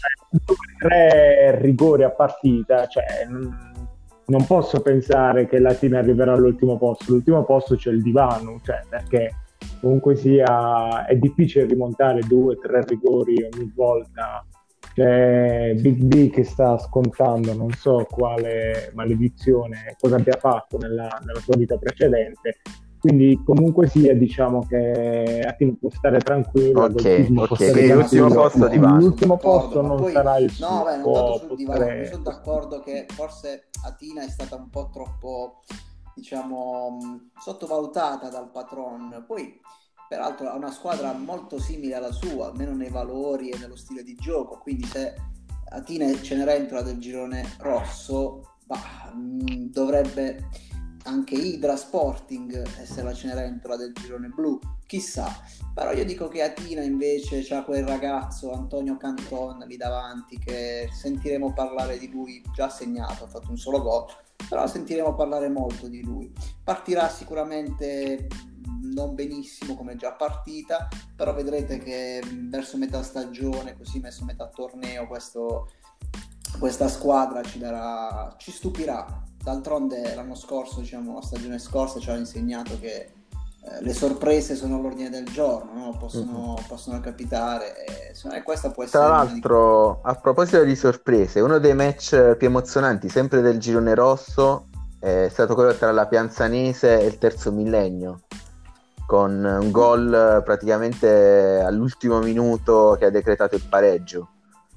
tre rigori a partita, cioè non, non posso pensare che la Tina arriverà all'ultimo posto. L'ultimo posto c'è il Divanu, cioè, perché comunque sia è difficile rimontare due o tre rigori ogni volta. C'è Big B che sta scontando non so quale maledizione, cosa abbia fatto nella, nella sua vita precedente, quindi comunque sia, diciamo che Attimo può stare tranquillo. Ok, Gozzismo può ok, stare quindi l'ultimo tranquillo. posto di Vano. L'ultimo D'accordo, posto ma non poi- sarà il suo, No, beh, non può, tanto sul può divano, io stare- sono d'accordo che forse Atina è stata un po' troppo, diciamo, mh, sottovalutata dal patron. Poi, peraltro, ha una squadra molto simile alla sua, almeno nei valori e nello stile di gioco, quindi se Atina è Cenerentola del girone rosso, bah, mh, dovrebbe anche Hydra Sporting essere la Cenerentola del girone blu, chissà. Però io dico che Atina invece c'ha quel ragazzo Antonio Canton lì davanti, che sentiremo parlare di lui, già segnato, ha fatto un solo gol, però sentiremo parlare molto di lui. Partirà sicuramente non benissimo come già partita, però vedrete che verso metà stagione, così messo metà torneo, questo, questa squadra ci darà, ci stupirà. D'altronde l'anno scorso, diciamo la stagione scorsa, ci ha insegnato che eh, le sorprese sono all'ordine del giorno, no? possono, mm-hmm. possono capitare, e secondo me questa può essere Tra una l'altro, di... a proposito di sorprese, uno dei match più emozionanti, sempre del girone rosso, è stato quello tra la Pianzanese e il Terzo Millennio, con un gol praticamente all'ultimo minuto che ha decretato il pareggio.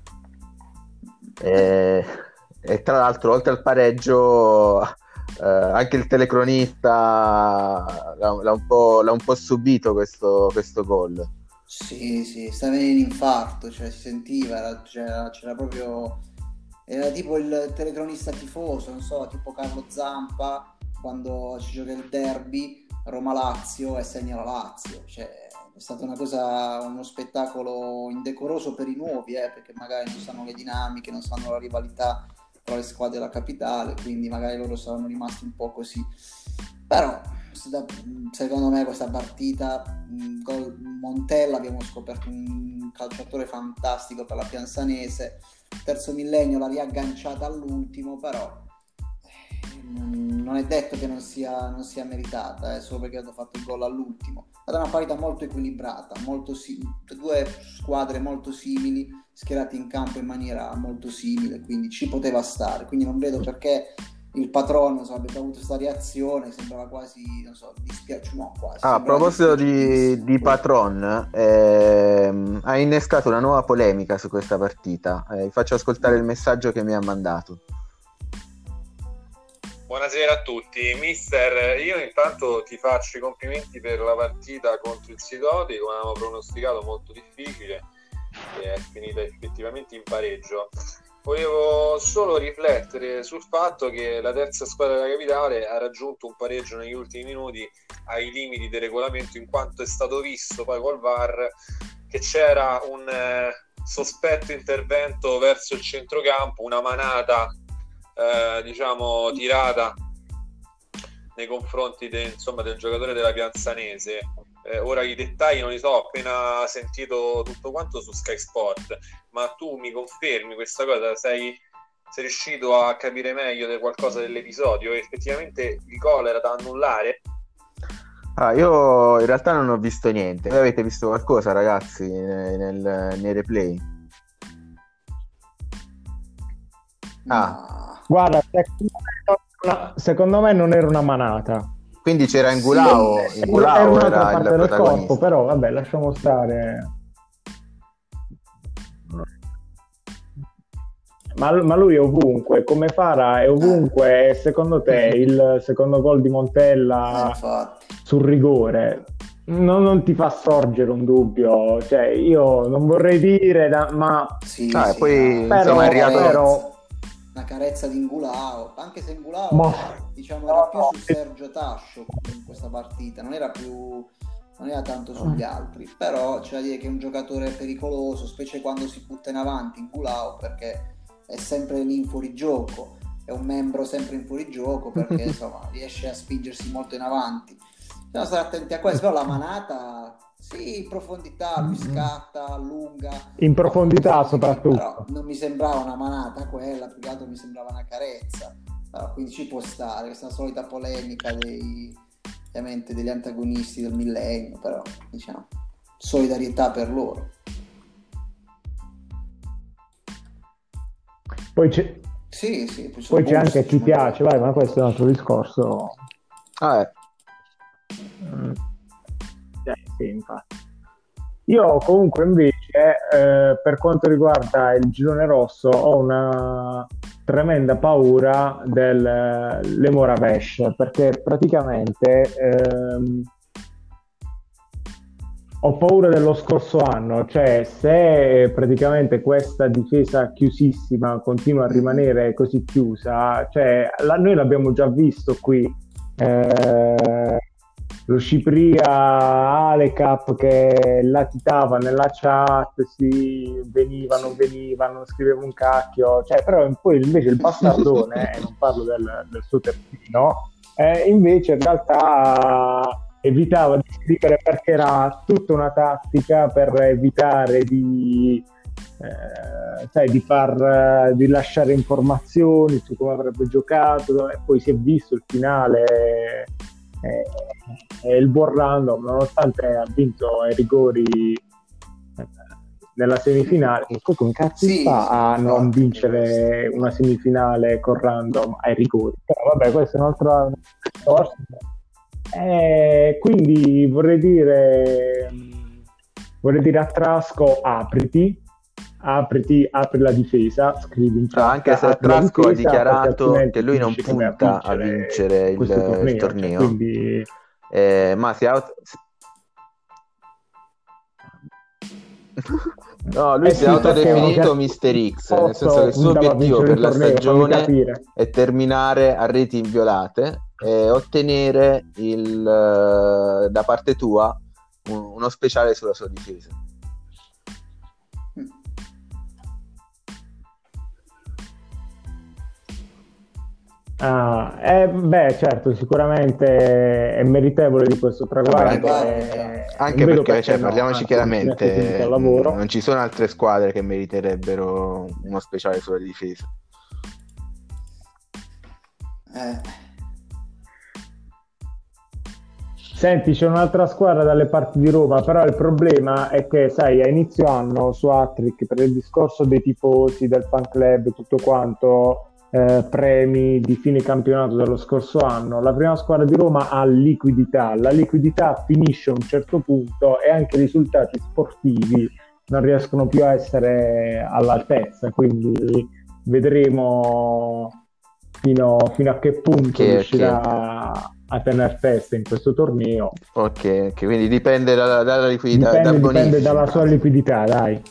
E, e tra l'altro, oltre al pareggio, eh, anche il telecronista l'ha, l'ha, un po', l'ha un po' subito questo, questo gol. Sì, sì, stava in infarto, cioè si sentiva, era, c'era, c'era proprio... Era tipo il telecronista tifoso, non so, tipo Carlo Zampa, quando ci gioca il derby Roma-Lazio e segna la Lazio, cioè è stata una cosa, uno spettacolo indecoroso per i nuovi, eh, perché magari non sanno le dinamiche, non sanno la rivalità tra le squadre della capitale, quindi magari loro saranno rimasti un po' così. Però secondo me questa partita, con Montella abbiamo scoperto un calciatore fantastico per la Pianzanese. Terzo Millennio l'ha riagganciata all'ultimo, però non è detto che non sia, non sia meritata, eh, solo perché hanno fatto il gol all'ultimo. È stata una partita molto equilibrata, molto sim- due squadre molto simili, schierate in campo in maniera molto simile, quindi ci poteva stare. Quindi non vedo perché il patrono, insomma, abbia avuto questa reazione, sembrava quasi, non so, dispiaciuto, no, quasi. Ah, a proposito di, di Patron, ehm, ha innescato una nuova polemica su questa partita. Eh, vi faccio ascoltare il messaggio che mi ha mandato. Buonasera a tutti, mister. Io intanto ti faccio i complimenti per la partita contro il Sidoti, come avevamo pronosticato, molto difficile, che è finita effettivamente in pareggio. Volevo solo riflettere sul fatto che la terza squadra della capitale ha raggiunto un pareggio negli ultimi minuti ai limiti del regolamento, in quanto è stato visto poi col V A R che c'era un eh, sospetto intervento verso il centrocampo, una manata eh, diciamo tirata nei confronti de, insomma, del giocatore della Pianzanese. Eh, ora i dettagli non li so, ho appena sentito tutto quanto su Sky Sport, ma tu mi confermi questa cosa? Sei, sei riuscito a capire meglio di qualcosa dell'episodio? Effettivamente il gol era da annullare? Ah, io in realtà non ho visto niente. Voi avete visto qualcosa, ragazzi, nel, nel, nei replay? Ah, guarda, secondo me non era una manata. Quindi c'era Ingulao, sì, Ingulao era, era parte il del protagonista. Corpo, però vabbè, lasciamo stare. Ma, ma lui è ovunque, come Fara è ovunque. E secondo te il secondo gol di Montella eh, sul rigore non, non ti fa sorgere un dubbio? Cioè, io non vorrei dire, da, ma sì, ah, sì, poi no. insomma, è arrivato però una carezza di Ingulao, anche se Ingulao Ma... diciamo era più su Sergio Tascio in questa partita, non era più non era tanto sugli altri, però c'è da dire che è un giocatore pericoloso, specie quando si butta in avanti Ingulao, perché è sempre lì in fuorigioco, è un membro sempre in fuorigioco, perché insomma riesce a spingersi molto in avanti. Bisogna stare attenti a questo, però la manata sì, in profondità, lui scatta, lunga. In profondità soprattutto. Però non mi sembrava una manata quella, più che altro mi sembrava una carezza. Allora, quindi ci può stare, questa solita polemica dei, ovviamente degli antagonisti del millennio, però diciamo, solidarietà per loro. Poi c'è, sì, sì, poi c'è anche chi piace, vai, ma questo è un altro discorso. Ah, eh. Mm. Eh, sì, infatti. Io comunque invece eh, per quanto riguarda il girone rosso ho una tremenda paura del Lemoravesh, perché praticamente ehm, ho paura dello scorso anno, cioè se praticamente questa difesa chiusissima continua a rimanere così chiusa, cioè la, noi l'abbiamo già visto qui, eh, lo Cipria Alecap che latitava nella chat, si veniva, non veniva, non scriveva un cacchio, cioè però poi invece il bastardone, eh, non parlo del, del suo terzino, eh, invece in realtà evitava di scrivere perché era tutta una tattica per evitare di eh, sai, di far di lasciare informazioni su come avrebbe giocato, e poi si è visto il finale e eh, il buon random, nonostante ha vinto ai rigori eh, nella semifinale, poi come cazzo sì, fa sì, a sì, non sì, vincere sì. una semifinale con random ai rigori? Però vabbè, questo è un altro discorso. Eh, quindi vorrei dire vorrei dire a Trasco apriti apriti, apri la difesa, scrivi in chat, no, anche se Trasco ha dichiarato che lui non punta a vincere il torneo, il torneo. Cioè, quindi... eh, ma si auto... no, lui eh si sì, è autodefinito che... mister X, nel senso che il suo obiettivo per la torneo, stagione è terminare a reti inviolate e ottenere il, da parte tua uno speciale sulla sua difesa. Ah, eh, beh, certo, sicuramente è meritevole di questo traguardo. Vabbè, anche, anche perché, perché cioè, no, parliamoci chiaramente, non ci sono altre squadre che meriterebbero uno speciale sulla difesa. Eh, Eh. Senti, c'è un'altra squadra dalle parti di Roma, però il problema è che, sai, a inizio anno su Hattrick, per il discorso dei tifosi, del fan club e tutto quanto, eh, premi di fine campionato dello scorso anno, la prima squadra di Roma ha liquidità. La liquidità finisce a un certo punto e anche i risultati sportivi non riescono più a essere all'altezza, quindi vedremo fino, fino a che punto Che- riuscirà che- a tener testa in questo torneo. Ok, ok, quindi dipende dalla, dalla liquidità, Dipende, da dipende bonifici, dalla in sua pratica. liquidità, dai.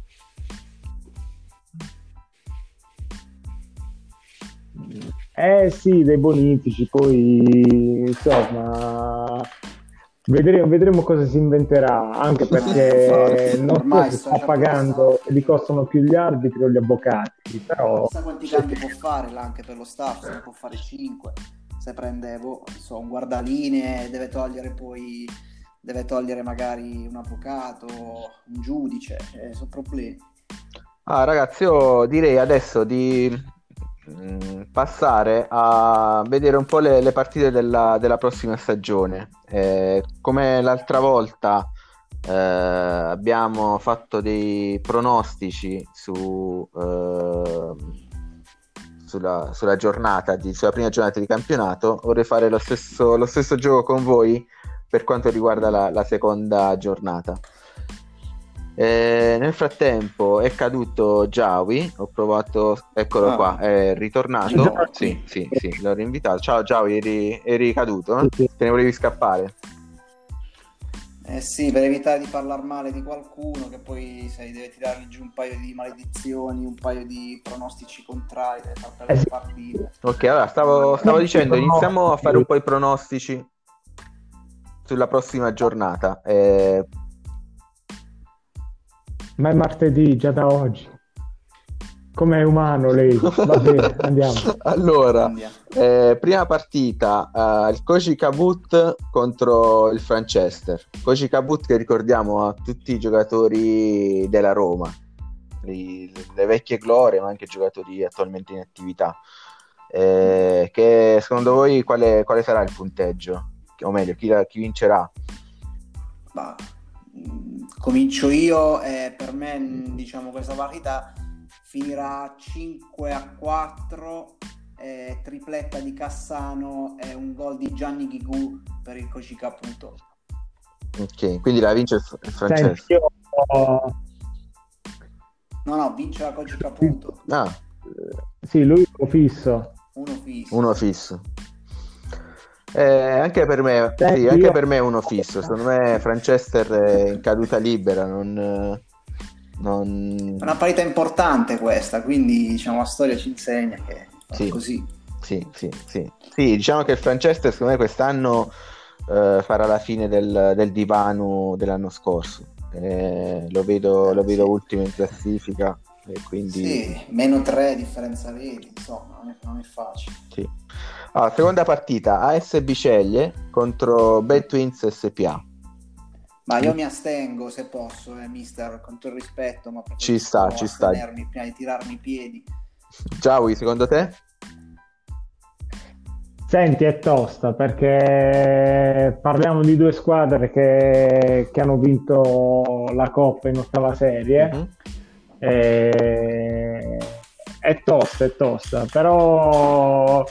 Eh sì, dei bonifici, poi insomma vedremo, vedremo cosa si inventerà, anche perché Infatti, non so ormai se sta sta già pagando, pensato. gli costano più gli arbitri o gli avvocati, però Chissà quanti cambi può fare là anche per lo staff, se ne può fare cinque. Se prende boh, non so, un guardalinee, deve togliere poi, deve togliere magari un avvocato, un giudice, eh, sono problemi. Ah, ragazzi, io direi adesso di mm, passare a vedere un po' le, le partite della, della prossima stagione. Eh, come l'altra volta eh, abbiamo fatto dei pronostici su, eh, sulla, sulla giornata di, sulla prima giornata di campionato, vorrei fare lo stesso, lo stesso gioco con voi per quanto riguarda la, la seconda giornata. Eh, nel frattempo è caduto Giawi, ho provato, eccolo Ah. qua, è ritornato. Giawi. Sì, sì, sì, l'ho rinvitato. Ciao Giawi, eri, eri caduto? Sì, sì. Te ne volevi scappare? Eh sì, per evitare di parlare male di qualcuno che poi sai, deve tirargli giù un paio di maledizioni, un paio di pronostici contrari, deve far perdere Eh sì. partite. Ok, allora stavo, stavo dicendo, iniziamo a fare un po' i pronostici sulla prossima giornata. Eh, Ma è martedì già da oggi. Com'è umano lei? Va bene, andiamo. allora, Andiamo. eh, prima partita, eh, il Koji Kabut contro il Franchester. Koji Kabut che ricordiamo a tutti i giocatori della Roma, i- le vecchie glorie, ma anche giocatori attualmente in attività. Eh, che secondo voi quale, quale sarà il punteggio? O meglio, chi, la- chi vincerà? Ma, mh, comincio io e per me mh, diciamo questa partita finirà cinque a quattro, eh, tripletta di Cassano e un gol di Gianni Ghigù per il Košica appunto. Ok, quindi la vince il, F- il Senti, Francesco. io No, no, vince la Košica appunto, Ah, sì, lui lo fisso. uno fisso. uno fisso. Eh, anche per me, Senti, sì, anche io- per me è uno fisso. Secondo me Franchester è in caduta libera, non, non... È una partita importante questa, quindi diciamo la storia ci insegna che è Sì. così. Sì, sì, sì. Sì, diciamo che il Franchester secondo me quest'anno eh, farà la fine del, del divano dell'anno scorso. Eh, lo vedo, lo vedo Sì. ultimo in classifica e quindi Sì, meno tre differenza vedi, insomma, non è, non è facile. sì. Ah, seconda partita, A S Biceglie contro Bad Twins S P A. Ma io mi astengo se posso, eh, mister, con tutto il rispetto, ma Ci sta, preferisco ci sta. astenermi prima di tirarmi i piedi. Giaui, secondo te? Senti, è tosta perché parliamo di due squadre che, che hanno vinto la Coppa in ottava serie. Mhm. E- È tosta, è tosta, però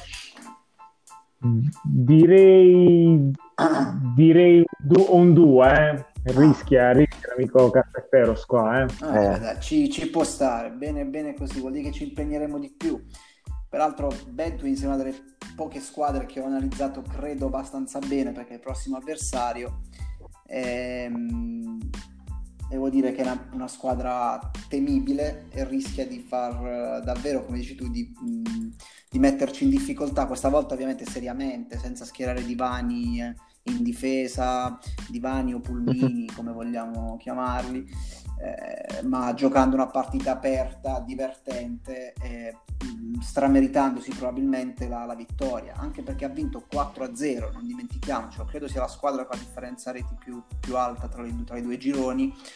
direi direi du- un due, eh. Rischia, rischia l'amico Caffetteros qua, eh. Ah, Eh. beh, dai, ci, ci può stare, bene, bene così, vuol dire che ci impegneremo di più. Peraltro Bad Twins è una delle poche squadre che ho analizzato, credo, abbastanza bene, perché è il prossimo avversario. Ehm, devo dire che è una, una squadra temibile e rischia di far eh, davvero, come dici tu, di, mh, di metterci in difficoltà, questa volta ovviamente seriamente, senza schierare divani eh, in difesa, divani o pulmini, come vogliamo chiamarli, eh, ma giocando una partita aperta, divertente, e mh, strameritandosi probabilmente la, la vittoria, anche perché ha vinto quattro a zero, non dimentichiamocelo, credo sia la squadra con la differenza reti più, più alta tra, le, tra i due gironi.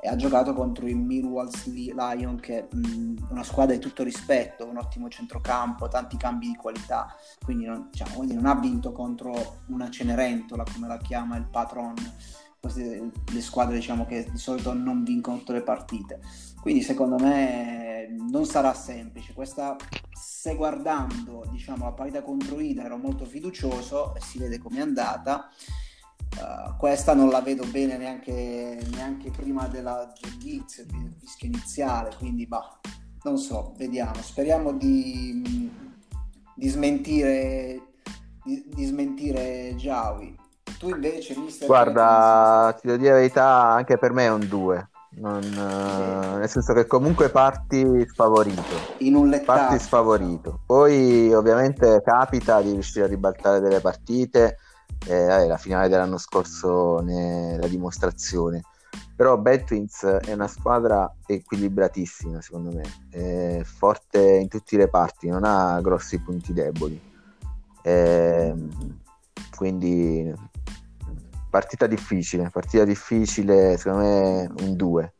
e ha giocato contro il Millwall Lion, che è una squadra di tutto rispetto, un ottimo centrocampo, tanti cambi di qualità, quindi non, diciamo, quindi non ha vinto contro una Cenerentola, come la chiama il patron, queste, le squadre diciamo che di solito non vincono tutte le partite, quindi secondo me non sarà semplice questa. Se guardando diciamo la partita contro Idra ero molto fiducioso e si vede com'è andata. Uh, questa non la vedo bene neanche, neanche prima della, dell'inizio, del fischio iniziale, quindi bah, non so, vediamo, speriamo di, di smentire di, di smentire Giavi. Tu invece, mister, guarda, ti devo dire la verità, anche per me è un due, non, uh, nel senso che comunque parti sfavorito, in un lettaccio, parti sfavorito, poi ovviamente capita di riuscire a ribaltare delle partite. Eh, la finale dell'anno scorso ne è la dimostrazione, però Bad Twins è una squadra equilibratissima, secondo me, è forte in tutti i reparti, non ha grossi punti deboli, eh, quindi partita difficile, partita difficile, secondo me un due.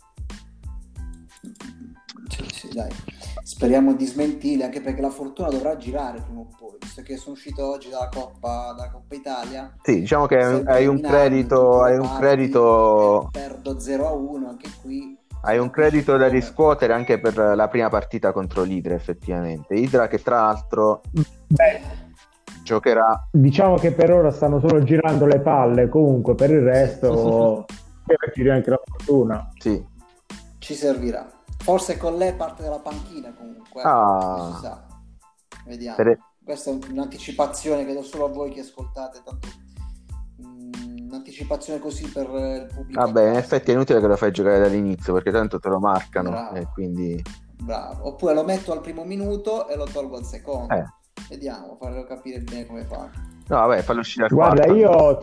Sì, sì, dai. Speriamo di smentire, anche perché la fortuna dovrà girare prima o poi, visto che sono uscito oggi dalla Coppa, dalla Coppa Italia. Sì, diciamo che hai un credito, hai un credito, perdo zero a uno anche qui. Hai un credito da riscuotere anche per la prima partita contro l'Idra, effettivamente. Idra che tra l'altro Beh, giocherà. Diciamo che per ora stanno solo girando le palle, comunque per il resto deve girare anche la fortuna. Sì. Ci servirà. Forse con lei parte della panchina comunque. Ah. Si sa. Vediamo. Per... Questa è un'anticipazione che do solo a voi che ascoltate, tanto mh, un'anticipazione così per il pubblico. Vabbè, in effetti è inutile che lo fai giocare dall'inizio perché tanto te lo marcano. Bravo. E quindi... Bravo. Oppure lo metto al primo minuto e lo tolgo al secondo. Eh. Vediamo, farlo capire bene come fa. No, vabbè, fallo uscire al Guarda, quarto. io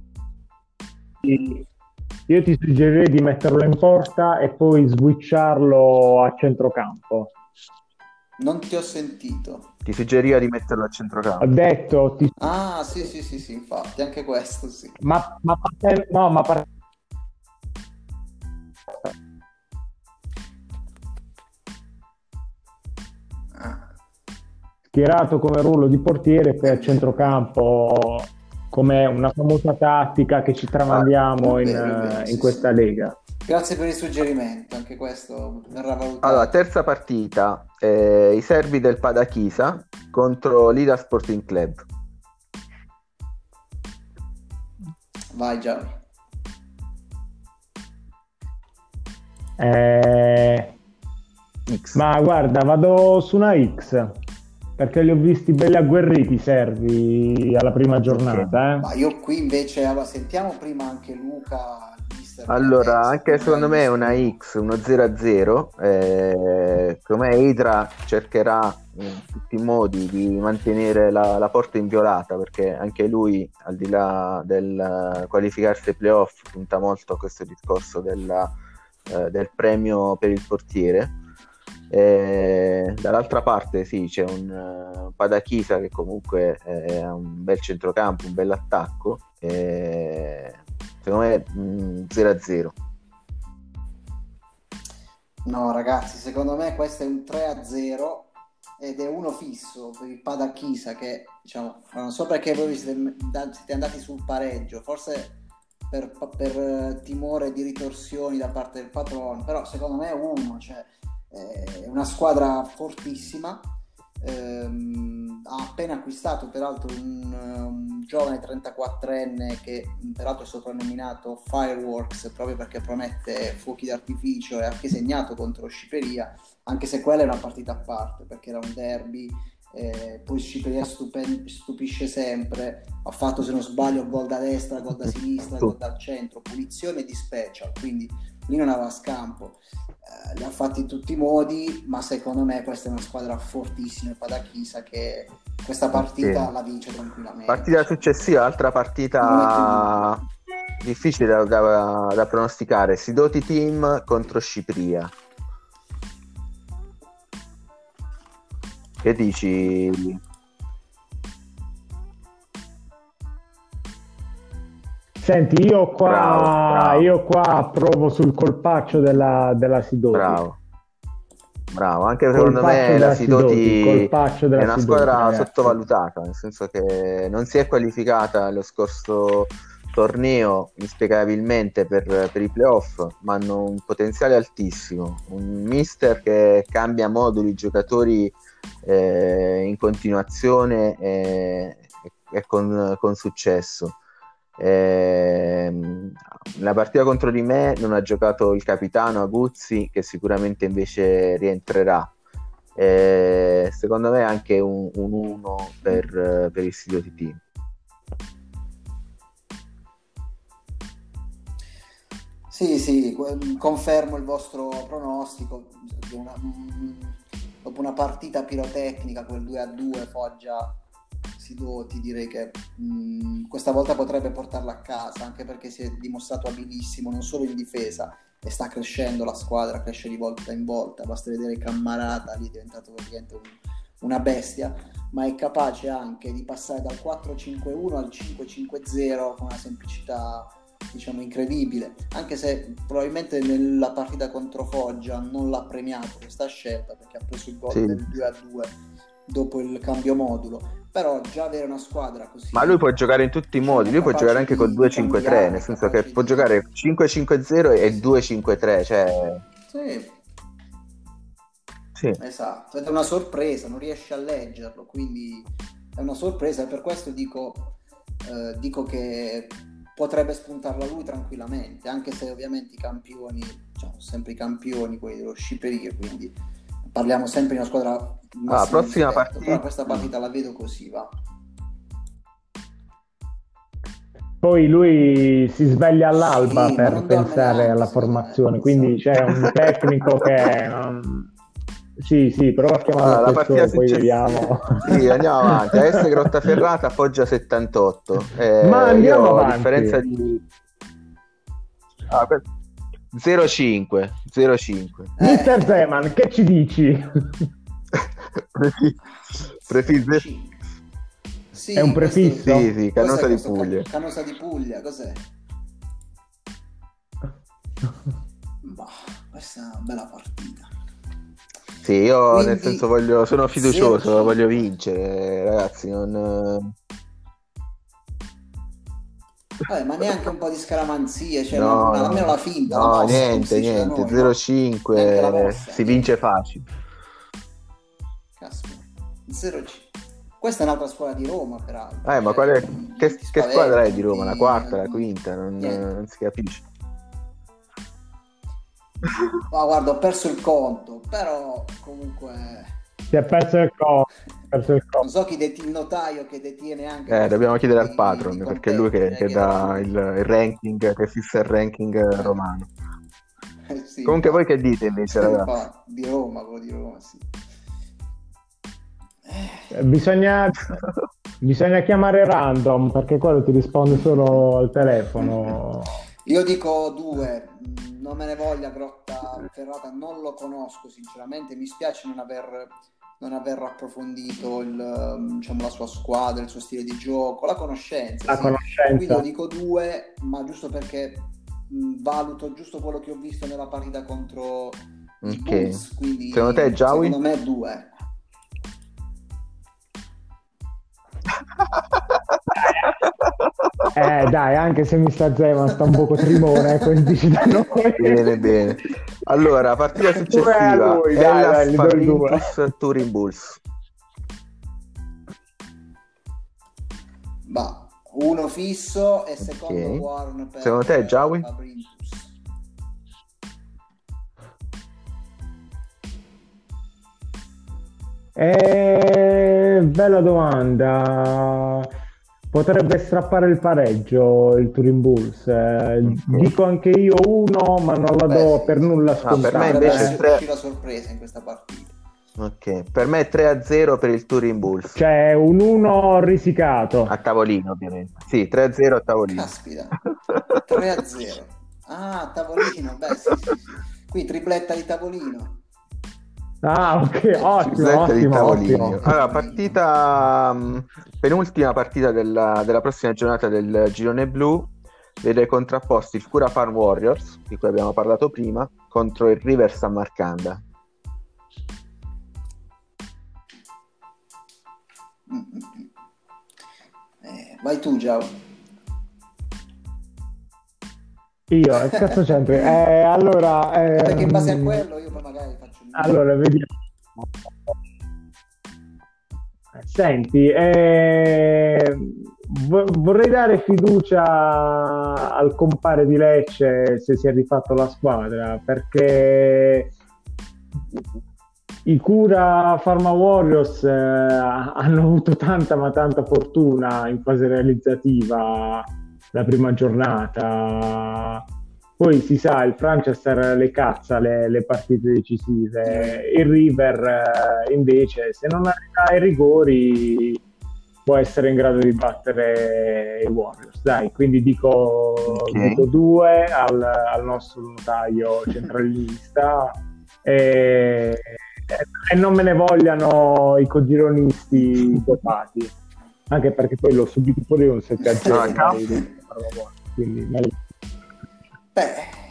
ti... Io ti suggerirei di metterlo in porta e poi switcharlo a centrocampo. Non ti ho sentito. Ti suggeriva di metterlo a centrocampo. Ho detto... Ti... Ah, sì, sì, sì, sì, infatti, anche questo, sì. Ma, ma no, ma par... Ah. Schierato come ruolo di portiere e poi a centrocampo, come una famosa tattica che ci tramandiamo ah, in, vero, vero, in sì, questa sì. lega. Grazie per il suggerimento, anche questo verrà valutato. Allora, terza partita, eh, i serbi del Padachisa contro l'Ida Sporting Club. Vai già. Eh... X. Ma guarda, vado su una X, perché li ho visti belli agguerriti i serbi alla prima giornata. Eh? Ma io qui invece, allora, sentiamo prima anche Luca. Allora, anche secondo me è una X, uno zero a zero. Eh, secondo me Idra cercherà in tutti i modi di mantenere la, la porta inviolata, perché anche lui, al di là del qualificarsi ai playoff, punta molto a questo discorso della, eh, del premio per il portiere. Eh, dall'altra parte sì, c'è un uh, Padachisa che comunque è un bel centrocampo, un bel attacco. Eh, secondo me mh, zero a zero. No ragazzi, secondo me questo è un tre a zero ed è uno fisso per il Padachisa, che diciamo, non so perché voi siete, siete andati sul pareggio, forse per, per timore di ritorsioni da parte del patrono, però secondo me è uno, cioè è una squadra fortissima. Ehm, ha appena acquistato peraltro un, un giovane trentaquattrenne che peraltro è soprannominato Fireworks proprio perché promette fuochi d'artificio, e ha anche segnato contro Sciperia, anche se quella è una partita a parte perché era un derby. Eh, poi Sciperia stupen- stupisce sempre, ha fatto se non sbaglio gol da destra, gol da sinistra, gol dal centro, punizione di special, quindi lì non aveva scampo. Eh, li ha fatti in tutti i modi, ma secondo me questa è una squadra fortissima, Padachisa, che questa partita sì. la vince tranquillamente. Partita successiva, altra partita difficile da, da, da pronosticare, Sidoti Team contro Sciperia. Che dici? Senti, io qua, Bravo, bravo. io qua approvo sul colpaccio della, della Sidoti. Bravo. Bravo, anche secondo Colpaccio me la della Sidoti, Sidoti colpaccio è della una Sidoti, squadra ragazzi. sottovalutata, nel senso che non si è qualificata lo scorso torneo inspiegabilmente per, per i playoff, ma hanno un potenziale altissimo, un mister che cambia moduli, giocatori eh, in continuazione e, e con, con successo. Ehm, la partita contro di me non ha giocato il capitano Aguzzi, che sicuramente invece rientrerà. Eh, secondo me anche un uno per, per il Sidoti Team. Sì, sì, confermo il vostro pronostico. Una, dopo una partita pirotecnica, quel due a due Foggia Sidoti, direi che mh, questa volta potrebbe portarla a casa, anche perché si è dimostrato abilissimo non solo in difesa, e sta crescendo la squadra, cresce di volta in volta. Basta vedere Cammarata, lì è diventato praticamente un, una bestia, ma è capace anche di passare dal quattro cinque uno al cinque cinque zero con una semplicità, diciamo, incredibile, anche se probabilmente nella partita contro Foggia non l'ha premiato questa scelta, perché ha preso il gol Sì. del due a due dopo il cambio modulo. Però già avere una squadra così, ma lui può giocare in tutti i diciamo, modi, lui può giocare anche di, col due cinque tre, nel senso che può di... giocare cinque cinque zero e due cinque tre, cioè sì. Sì. Esatto, ed è una sorpresa, non riesci a leggerlo, quindi è una sorpresa, e per questo dico, eh, dico che potrebbe spuntarla lui tranquillamente, anche se ovviamente i campioni, diciamo, sempre i campioni, quelli dello sciperia, quindi parliamo sempre di una squadra di Ah, massimo prossima rispetto, partita. però questa partita la vedo così, va. Poi lui si sveglia all'alba Sì, ma per non dorme pensare neanche, alla secondo me, formazione, non quindi so. c'è un tecnico che um, sì, sì, prova a chiamarlo Ah, la questo, partita poi successiva. vediamo. Sì, andiamo avanti. A S Grottaferrata Foggia settantotto. Eh, Ma andiamo io, a avanti. differenza di ah, per... zero cinque zero cinque. Eh. mister Zeman, che ci dici? Prefi- Prefisse. Sì, È un questo- prefisso? Sì, sì, Canosa cos'è di questo? Puglia. Can- Canosa di Puglia, cos'è? Bah, questa è una bella partita. Sì, io Quindi, nel senso voglio, sono fiducioso, zero cinque. voglio vincere, ragazzi, non... Vabbè, ma neanche un po' di scaramanzie, cioè No, una- no. almeno la finta, No, la mossa, come si niente, dice da niente, noi, no? zero cinque, Neanche la mossa, si vince facile. Caspita, zero cinque. Questa è un'altra squadra di Roma, peraltro. Eh, ma cioè, qual è- ti che, che spaventa, squadra è di non Roma? La ti- quarta, la quinta? Non, Niente. non si capisce. Ma guarda, ho perso il conto, però comunque Si è perso il co- perso il co- non so chi detiene, il notaio che detiene anche Eh, questo dobbiamo tipo chiedere al di- patron, di perché è lui che, conteggio, che eh, dà che- il, il ranking, che fissa il ranking eh, romano. Eh, sì, Comunque voi infatti. che dite invece, ragazzi? Infatti, di Roma, quello di Roma, sì. Eh, bisogna, bisogna chiamare random, perché quello ti risponde solo al telefono. Io dico due, mh, non me ne voglia Grottaferrata, non lo conosco sinceramente, mi spiace non aver, non aver approfondito il, um, diciamo, la sua squadra, il suo stile di gioco, la conoscenza. La sì. Quindi conoscenza. io dico due, ma giusto perché mh, valuto giusto quello che ho visto nella partita contro i Ok. Bulls, quindi Secondo te, Giaui? secondo me due. Eh dai, anche se mister Zeman sta un poco trimone, come dici da noi. Bene, bene. Allora, partita Pure a successiva, lui, dai, Hellas dai, gli do il due. Fabritus Turin Bulls. Ma uno fisso e secondo Ok. Warren per Secondo te, Giaui? Fabrintus. Eh, bella domanda. Potrebbe strappare il pareggio il Turin Bulls. Eh, Ok. dico anche io uno, ma non la Beh, do sì, per sì. nulla Ah, per scontata. me Potrebbe invece eh. tre- esserci la sorpresa in questa partita. Ok, per me è tre a zero per il Turin Bulls. C'è un uno risicato. A tavolino, ovviamente. Sì, tre a zero a tavolino. Caspita, tre a zero. Ah, tavolino, beh sì, sì, sì. Qui tripletta di tavolino. Ah, ok, ottimo, Tripletta di ottimo, tavolino. ottimo. Allora, partita mh, penultima partita della, della prossima giornata del girone blu. vede contrapposti il Cura Farm Warriors, di cui abbiamo parlato prima, contro il River Sammarcanda. Eh, vai tu, Giao. Io, che cazzo c'entri? Eh, allora... Eh, perché in base a quello io poi magari faccio il mio. Allora, vediamo. Senti, eh, vo- vorrei dare fiducia al compare di Lecce se si è rifatto la squadra, perché i Cura Pharma Warriors eh, hanno avuto tanta ma tanta fortuna in fase realizzativa la prima giornata. Poi si sa, il Franchester le cazza le, le partite decisive, il River eh, invece se non arriva ai rigori può essere in grado di battere i Warriors. Dai, quindi dico, Ok. dico due al, al nostro notaio centralista e, e non me ne vogliano i cogironisti dopati, anche perché poi l'ho subito pure un sette a zero. Ah, Quindi, meglio. Beh,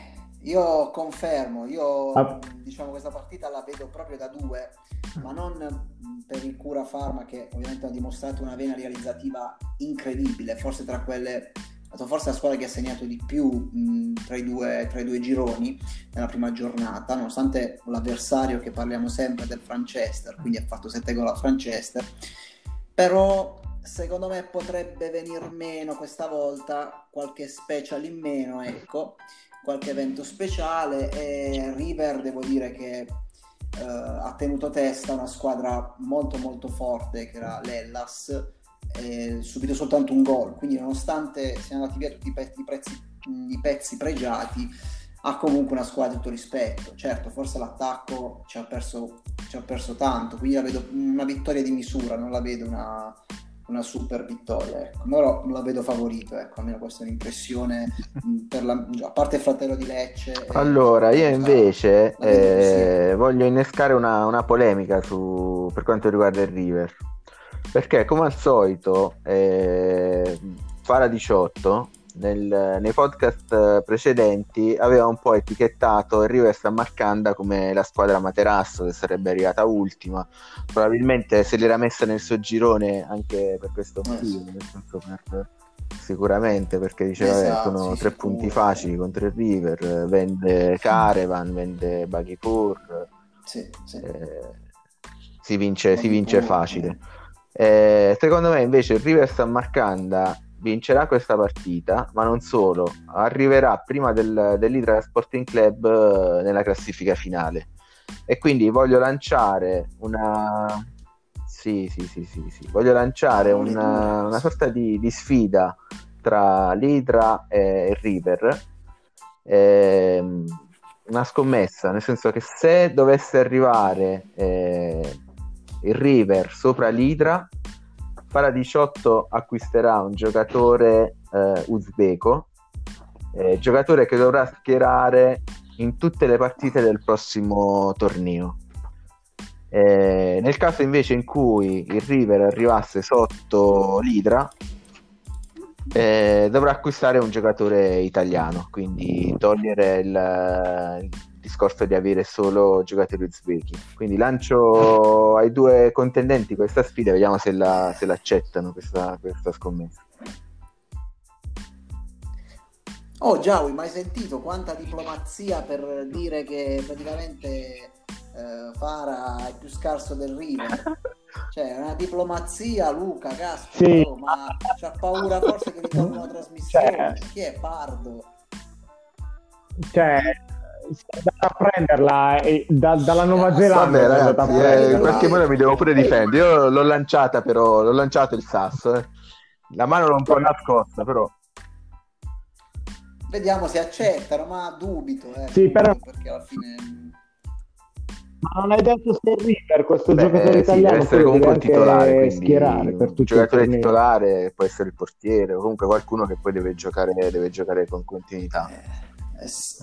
io confermo, io Ah. diciamo questa partita la vedo proprio da due, ma non per il Cura Pharma, che ovviamente ha dimostrato una vena realizzativa incredibile, forse tra quelle, forse la squadra che ha segnato di più mh, tra i due, tra i due gironi nella prima giornata, nonostante l'avversario, che parliamo sempre del Franchester, quindi ha fatto sette gol al Franchester, però secondo me potrebbe venir meno questa volta qualche special in meno, ecco, qualche evento speciale. E River, devo dire che eh, ha tenuto testa a una squadra molto molto forte che era l'Hellas, e subito soltanto un gol, quindi nonostante siano andati via tutti i pezzi, i prezzi, i pezzi pregiati, ha comunque una squadra di tutto rispetto. Certo, forse l'attacco ci ha perso, ci ha perso tanto, quindi la vedo una vittoria di misura, non la vedo una una super vittoria, ecco. Però la vedo favorito, ecco, almeno questa è un'impressione mh, per la, a parte il fratello di Lecce. Allora, io invece la vedo così. eh, voglio innescare una, una polemica su, per quanto riguarda il River, perché come al solito eh, Fara diciotto nel- nei podcast precedenti aveva un po' etichettato il River Sammarcanda come la squadra materasso che sarebbe arrivata ultima. Probabilmente se l'era messa nel suo girone anche per questo Eh, motivo, sì. nel senso per- sicuramente perché diceva vabbè, Esatto, sono sì, tre sicuro. punti facili contro il River, vende Caravan, vende Baghipur, Sì, sì. eh, si vince, si Baghipur, vince facile. Eh, secondo me invece il River Sammarcanda vincerà questa partita, ma non solo, arriverà prima del, dell'Hydra Sporting Club eh, nella classifica finale. E quindi voglio lanciare una sì, sì, sì, sì, sì. Voglio lanciare Ah, non è una, dura, una sì. sorta di, di sfida tra l'Hydra e il River. Ehm, una scommessa, nel senso che se dovesse arrivare eh, il River sopra l'Hydra, Para diciotto acquisterà un giocatore eh, uzbeko, eh, giocatore che dovrà schierare in tutte le partite del prossimo torneo. Eh, nel caso invece in cui il River arrivasse sotto l'Hydra, eh, dovrà acquistare un giocatore italiano, quindi togliere il, il discorso di avere solo giocatori uzbeki. Quindi lancio ai due contendenti questa sfida, vediamo se, la, se l'accettano questa, questa scommessa. Oh, Giaui, mai sentito quanta diplomazia per dire che praticamente eh, Fara è più scarso del River? Cioè, una diplomazia, Luca, caspita, Sì. oh, ma c'ha paura forse che gli tolgono la trasmissione. Cioè. Chi è Pardo? Cioè, è andata a prenderla e da- dalla Nuova Ah, Zelanda. Vabbè è andata a ragazzi, eh, prenderla. in qualche modo mi devo pure difendere. Io l'ho lanciata però, l'ho lanciato il sasso. eh. La mano l'ho un po' nascosta, però. Vediamo se accettano, ma dubito, eh, Sì, dubito, però- perché alla fine Ma non hai detto se il River, questo Beh, giocatore eh, sì, italiano, deve essere poi comunque un deve titolare, anche quindi schierare per un tutto il giocatore torneo. titolare può essere il portiere o comunque qualcuno che poi deve giocare, deve giocare con continuità. eh, s-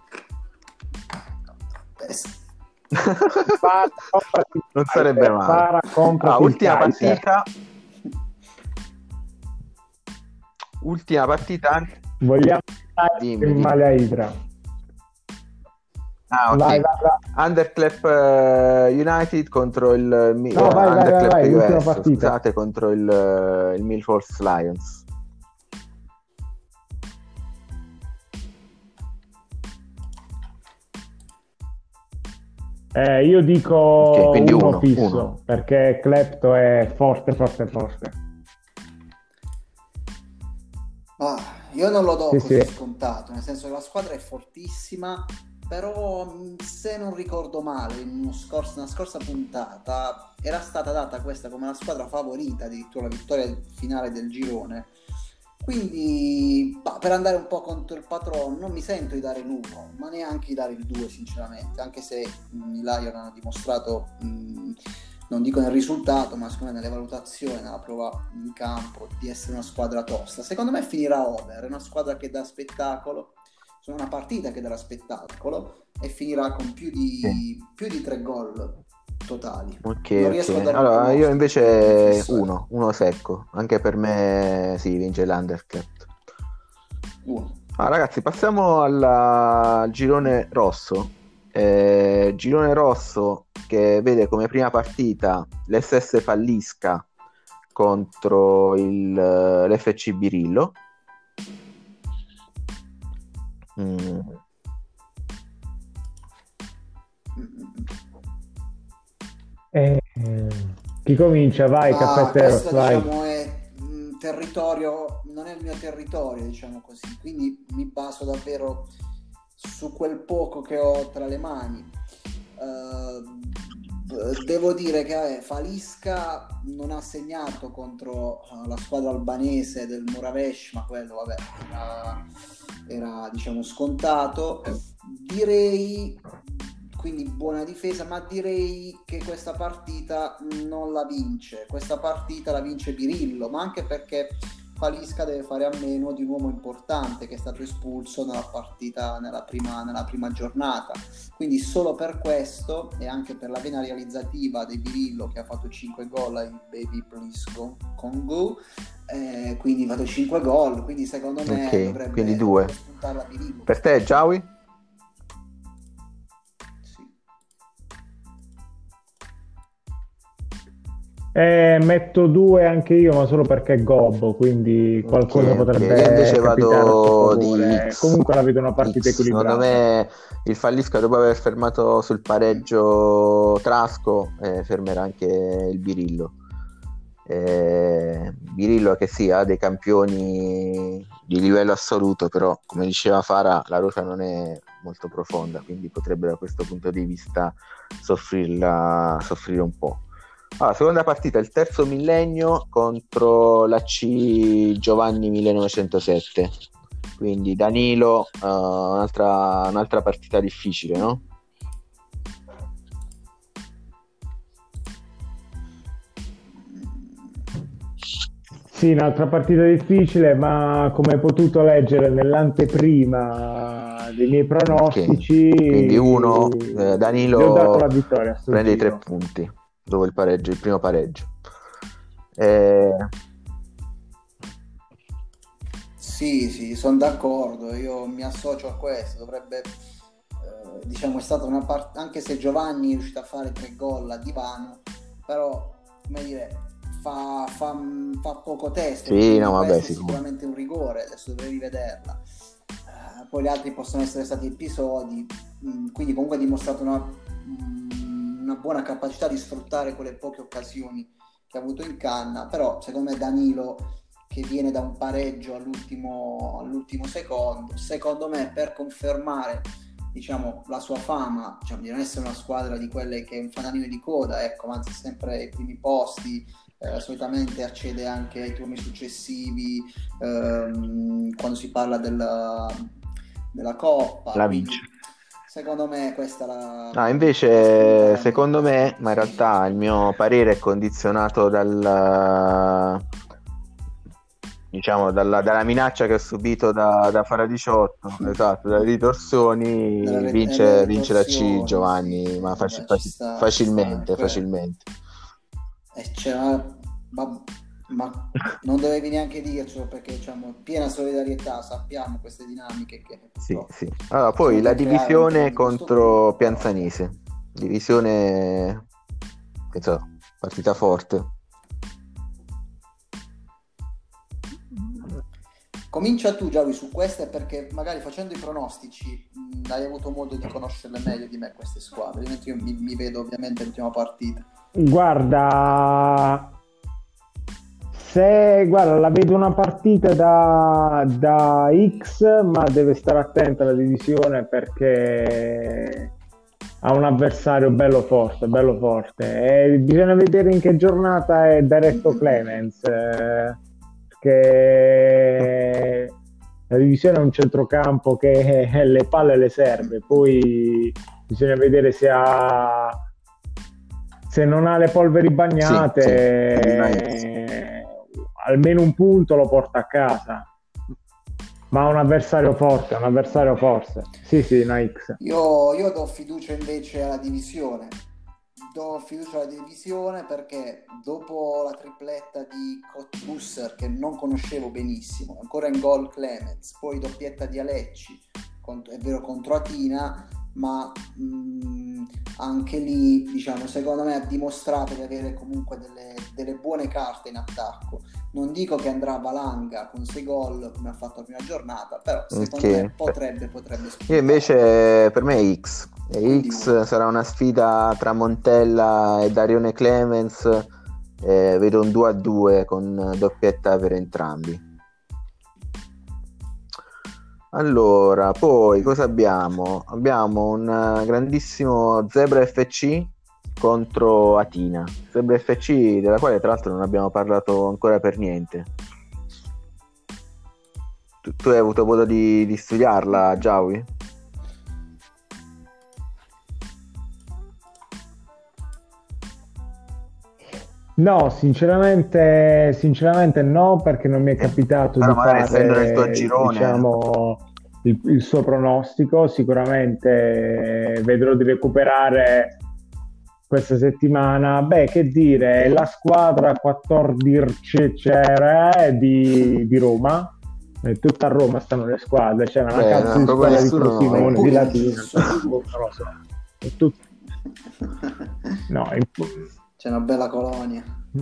eh, s- Para, comprati il Non sarebbe Kaiser, male. Para, comprati Ah, il ultima Kaiser. partita ultima partita anche, Vogliamo Dimmi, in dimmi. male a Idra. Ah, ok. Vai, vai, vai. Underclap eh, United contro il Mi- No, eh, vai, vai, vai, Underclap vai, l'ultima U S, partita. scusate, contro il, eh, il Milford Lions. Eh, io dico Ok, quindi uno uno, fisso, uno. perché Klepto è forte, forte, forte. Ah, io non lo do Sì, così sì. scontato, nel senso che la squadra è fortissima, però mh, se non ricordo male, in uno scorso- una scorsa puntata era stata data questa come la squadra favorita, addirittura la vittoria finale del girone. Quindi, bah, per andare un po' contro il patron, non mi sento di dare l'uno, ma neanche di dare il due, sinceramente, anche se mh, i Lion hanno dimostrato, mh, non dico nel risultato, ma secondo me nelle valutazioni, nella prova in campo, di essere una squadra tosta. Secondo me finirà over, è una squadra che dà spettacolo, sono una partita che darà spettacolo e finirà con più di, più di tre gol totali. Ok, Non riesco ok. a dare un Allora, io pronostico, invece fisso, eh. uno, uno secco. Anche per me si vince l'Underclap. Uno. Ah, ragazzi, passiamo alla- al girone rosso. Eh, girone rosso che vede come prima partita l'S S Fallisca contro il, eh, l'F C Birillo. Mm. Eh, chi comincia? Vai, Ah, Caffetteros, questo vai. diciamo è mh, territorio, non è il mio territorio, diciamo così, quindi mi baso davvero su quel poco che ho tra le mani. Uh, devo dire che vabbè, Falisca non ha segnato contro uh, la squadra albanese del Muravesh, ma quello vabbè era, era diciamo scontato. Direi quindi buona difesa, ma direi che questa partita non la vince, questa partita la vince Birillo, ma anche perché Falisca deve fare a meno di un uomo importante che è stato espulso nella partita nella prima, nella prima giornata, quindi solo per questo e anche per la vena realizzativa di Birillo che ha fatto cinque gol ai Baby Please Go Congo, eh, quindi ha fatto cinque gol, quindi secondo me Ok, dovrebbe, quindi due. dovrebbe spuntare la Birillo. Per te, Giaui? Eh, metto due anche io, ma solo perché è gobbo, quindi qualcosa Ok, ok. potrebbe Io invece capitare a suo vado di favore. X. Comunque la vedo una partita X. Secondo equilibrata. me il Fallisca, dopo aver fermato sul pareggio Trasco, eh, fermerà anche il Birillo. Eh, Birillo che sì, ha dei campioni di livello assoluto, però come diceva Fara, la rosa non è molto profonda, quindi potrebbe da questo punto di vista soffrirla, soffrire un po'. Allora, seconda partita, il terzo millennio contro l'A C Giovanni millenovecentosette, quindi Danilo, uh, un'altra, un'altra partita difficile, no? Sì, un'altra partita difficile, ma come hai potuto leggere nell'anteprima dei miei pronostici, Okay. Quindi uno, eh, Danilo gli ho dato la vittoria a sto prende i giro. tre punti dopo il pareggio, il primo pareggio. Eh, Sì, sì, sono d'accordo, io mi associo a questo, dovrebbe, eh, diciamo, è stata una parte, anche se Giovanni è riuscito a fare tre gol a divano, però, come dire, fa, fa, fa poco testo, Sì, quindi no, vabbè, questo è sicuro. sicuramente un rigore, adesso dovrei rivederla. Eh, poi gli altri possono essere stati episodi, mh, quindi comunque ha dimostrato una, mh, una buona capacità di sfruttare quelle poche occasioni che ha avuto in canna, però secondo me Danilo, che viene da un pareggio all'ultimo, all'ultimo secondo, secondo me per confermare, diciamo, la sua fama, diciamo, di non essere una squadra di quelle che è un fanalino di coda, ecco, anzi sempre ai primi posti, eh, solitamente accede anche ai turni successivi, ehm, quando si parla della, della Coppa, La quindi vince. secondo me questa la... Ah, invece, secondo me, ma in realtà il mio parere è condizionato dal, diciamo, dalla, dalla minaccia che ho subito da, da Fara diciotto, esatto, dalle ritorsioni, Dalle- vince, dalle vince la C ritorsioni, Giovanni, sì, ma vabbè, faci- ci faci- sta, ci facilmente, sta, è quello. facilmente. E c'era, ma, Ma non dovevi neanche dircelo, perché diciamo piena solidarietà, sappiamo queste dinamiche che Sì, purtroppo sì. Allora, poi sono la da creare divisione all'interno di questo contro gruppo, però Pianzanese. Divisione, che so, partita forte. comincia tu Giavi su queste, perché magari facendo i pronostici mh, hai avuto modo di conoscerle meglio di me queste squadre, altrimenti io mi, mi vedo ovviamente l'ultima partita. Guarda, se guarda, la vedo una partita da, da X, ma deve stare attenta alla divisione perché ha un avversario bello forte, bello forte. E bisogna vedere in che giornata è Daretto Clemens, eh, perché la divisione è un centrocampo che le palle le serve, poi bisogna vedere se ha, se non ha le polveri bagnate, Sì, sì. eh, almeno un punto lo porta a casa. Ma ha un avversario forte, un avversario forte. Sì, sì, una X. Io, io do fiducia invece alla divisione. Do fiducia alla divisione perché dopo la tripletta di Cottbusser, che non conoscevo benissimo, ancora in gol Clemens, poi doppietta di Alecci, cont- è vero contro Atina, ma mh, anche lì, diciamo, secondo me ha dimostrato di avere comunque delle, delle buone carte in attacco. Non dico che andrà a valanga con sei gol come ha fatto la prima giornata, però secondo Ok. me potrebbe, potrebbe Io spuntare. invece, per me è X. E Quindi X uno. sarà una sfida tra Montella e Darione Clemens. Eh, vedo un due a due con doppietta per entrambi. Allora, poi cosa abbiamo? Abbiamo un eh, grandissimo Zebra F C contro Atina. Zebra F C, della quale tra l'altro non abbiamo parlato ancora per niente. Tu, tu hai avuto modo di, di studiarla, Giavi? No, sinceramente, sinceramente no, perché non mi è capitato Però di magari essendo nel tuo fare, girone, diciamo, il, il suo pronostico. Sicuramente vedrò di recuperare questa settimana. Beh, che dire, la squadra quattordici di, di Roma. Eh, tutta a Roma stanno le squadre, c'era una beh, cazzo no, di proprio squadra di nessuno, no. Frosinone, di Latina, Puglia. non lo so. È tut- no, è- C'è una bella colonia.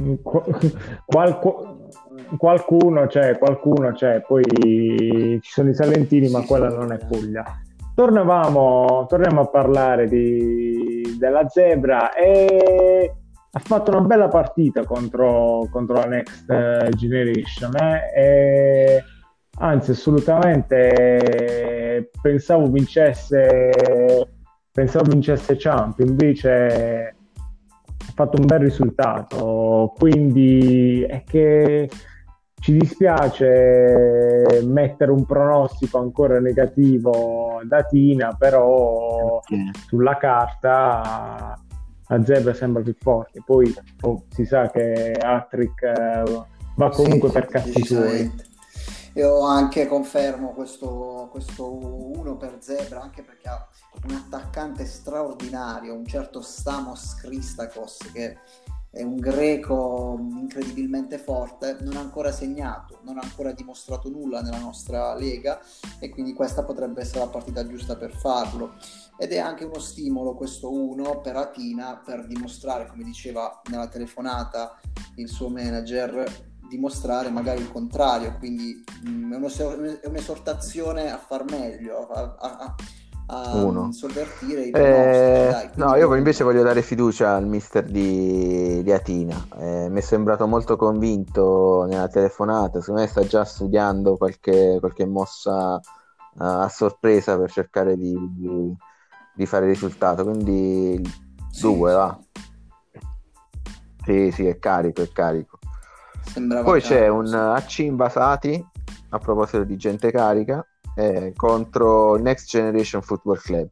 Qualcu- qualcuno c'è, qualcuno c'è, poi ci sono i Salentini, ma Sì, quella sì, non è eh. Puglia. Tornavamo, torniamo a parlare di, della Zebra, e ha fatto una bella partita contro, contro la Next eh, Generation, eh, e, anzi assolutamente pensavo vincesse, pensavo vincesse Champ, invece ha fatto un bel risultato, quindi è che ci dispiace mettere un pronostico ancora negativo da Tina, però sulla carta la Zebra sembra più forte. Poi oh, si sa che Hattrick eh, va comunque Sì, per cazzi suoi. decisamente. Io anche confermo questo, questo uno per Zebra, anche perché ha un attaccante straordinario, un certo Stamos Christakos, che è un greco incredibilmente forte, non ha ancora segnato, non ha ancora dimostrato nulla nella nostra lega, e quindi questa potrebbe essere la partita giusta per farlo. Ed è anche uno stimolo questo uno per Atina, per dimostrare, come diceva nella telefonata il suo manager, dimostrare magari il contrario, quindi mh, è, uno, è un'esortazizione a far meglio, a, a, a Uno. sovvertire i Eh, pronostici. Dai, no, io uno. invece voglio dare fiducia al mister di, di Atina. Eh, mi è sembrato molto convinto nella telefonata. Secondo me sta già studiando qualche, qualche mossa uh, a sorpresa per cercare di, di, di fare risultato. Quindi due, sì, va. Sì, sì, è carico, è carico. Sembrava Poi carico, c'è un sì. A C Invasati, a proposito di gente carica, eh, contro il Next Generation Football Club.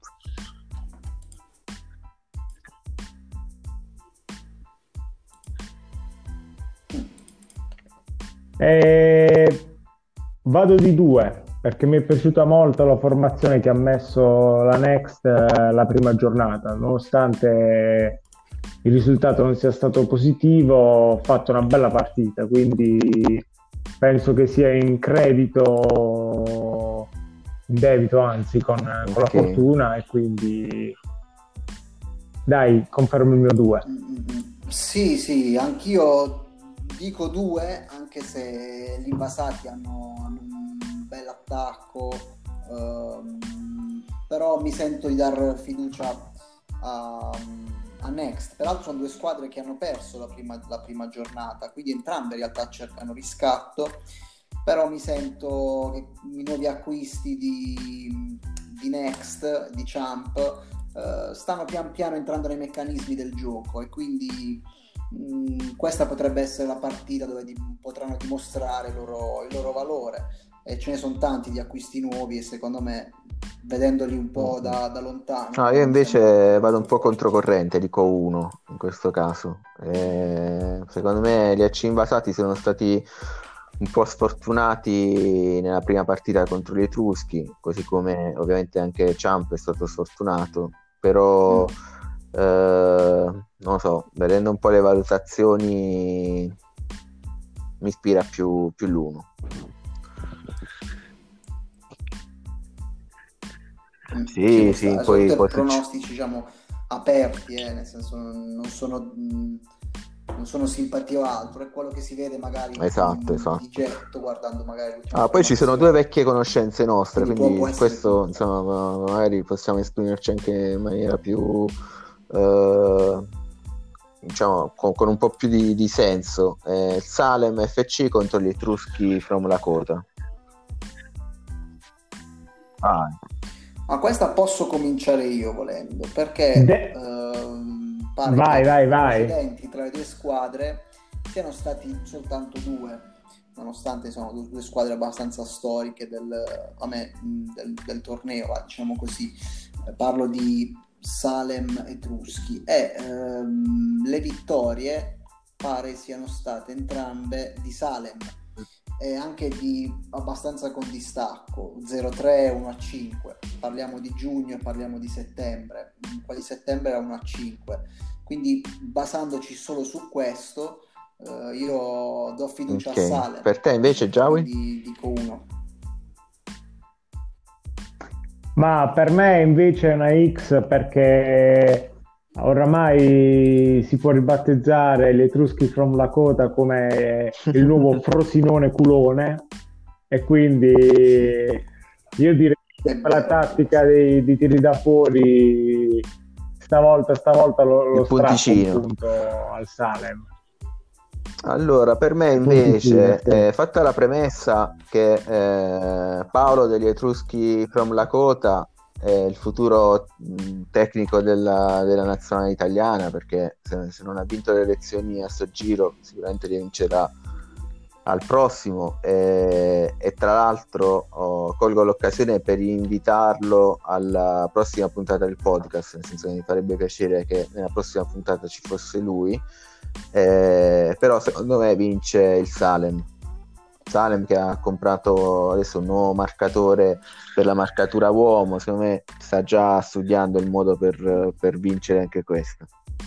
E vado di due perché mi è piaciuta molto la formazione che ha messo la Next eh, la prima giornata, nonostante il risultato non sia stato positivo, ho fatto una bella partita, quindi penso che sia in credito, in debito anzi, con, con la Ok. fortuna, e quindi dai, confermo il mio due. Mm, Sì, sì, anch'io dico due, anche se gli invasati hanno, hanno un bel attacco, ehm, però mi sento di dar fiducia a, a Next. Peraltro sono due squadre che hanno perso la prima, la prima giornata, quindi entrambe in realtà cercano riscatto, però mi sento che i nuovi acquisti di, di Next, di Champ, Uh, stanno pian piano entrando nei meccanismi del gioco, e quindi mh, questa potrebbe essere la partita dove di- potranno dimostrare il loro, il loro valore, e ce ne sono tanti di acquisti nuovi, e secondo me, vedendoli un po' da, da lontano, No, io mi sembrano invece molto vado un molto po' forti. controcorrente, dico uno in questo caso. Eh, secondo me gli A C invasati sono stati un po' sfortunati nella prima partita contro gli Etruschi, così come ovviamente anche Ciamp è stato sfortunato, però Mm. eh, non lo so, vedendo un po' le valutazioni mi ispira più, più l'uno. Mm, ci Sì, può sì, stare, sono poi, tutte poi succe- pronostici, diciamo, aperti, eh, nel senso non, non sono, mm, non sono simpatia o altro, è quello che si vede magari esatto, di, di esatto. getto guardando magari l'ultima Ah, poi ci sono due formazione, vecchie conoscenze nostre, quindi può, quindi può su essere questo, tutto. insomma, ma- magari possiamo esprimerci anche in maniera più, eh, diciamo, con, con un po' più di, di senso. Eh, il Salem F C contro gli Etruschi from Lakota. Ah, Ma questa posso cominciare io volendo, perché De- ehm, pare vai, che vai, i vai. precedenti tra le due squadre siano stati soltanto due, nonostante sono due, due squadre abbastanza storiche del, a me, mh, del, del torneo, va, diciamo così. Eh, parlo di Salem Etruschi, e ehm, le vittorie pare siano state entrambe di Salem, e anche di abbastanza con distacco, zero tre, uno a cinque. Parliamo di giugno e parliamo di settembre. Quella di settembre era uno a cinque, quindi basandoci solo su questo, eh, io do fiducia a ok. Salem, Per te invece, Giaui? quindi dico uno. Ma per me invece è una X, perché oramai si può ribattezzare gli Etruschi from Lakota come il nuovo Frosinone culone, e quindi io direi È che quella vero, tattica di, di tiri da fuori stavolta, stavolta lo, Il lo strappa un punticino. punto al Salem. Allora, per me Punticino, invece, sì. eh, fatta la premessa che eh, Paolo degli Etruschi from Lakota è il futuro mh, tecnico della, della nazionale italiana, perché se, se non ha vinto le elezioni a sto giro, sicuramente le vincerà al prossimo. E, e tra l'altro oh, colgo l'occasione per invitarlo alla prossima puntata del podcast, nel senso che mi farebbe piacere che nella prossima puntata ci fosse lui. Eh, però secondo me vince il Salem. Salem che ha comprato adesso un nuovo marcatore per la marcatura uomo, secondo me sta già studiando il modo per, per vincere anche questo.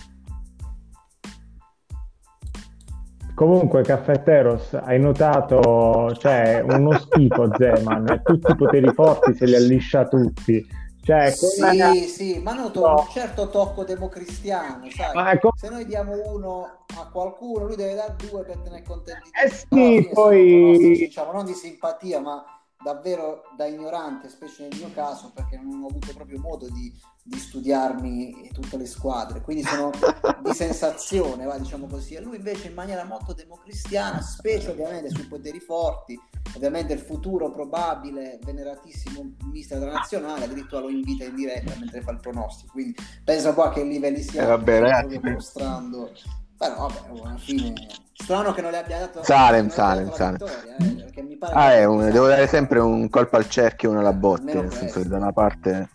Comunque, Caffetteros, hai notato, cioè, uno schifo Zeman, tutti i poteri forti se li alliscia tutti. Cioè, quella... Sì, sì, ma noto no. un certo tocco democristiano, sai? Ma è co- Se noi diamo uno a qualcuno, lui deve dare due per tenere contenti Eh tutti. Però alla sì, fine sono pronostici, poi... diciamo, non di simpatia, ma davvero da ignorante, specie nel mio caso, perché non ho avuto proprio modo di, di studiarmi tutte le squadre, quindi sono di sensazione, va, diciamo così. E lui invece in maniera molto democristiana, specie ovviamente sui poteri forti, ovviamente il futuro probabile veneratissimo mister della nazionale, addirittura lo invita in diretta mentre fa il pronostico, quindi penso un po' a che livelli siamo, Eh, vabbè, stiamo ragazzi, proprio mostrando. Però vabbè, alla fine strano che non le abbia dato, Salem, non le abbia Salem, dato la Salem. vittoria, eh, perché mi pare Ah, che è abbia un- di devo Salem, dare sempre però, un colpo al cerchio e uno alla eh, botte, almeno nel senso che questo. da una parte...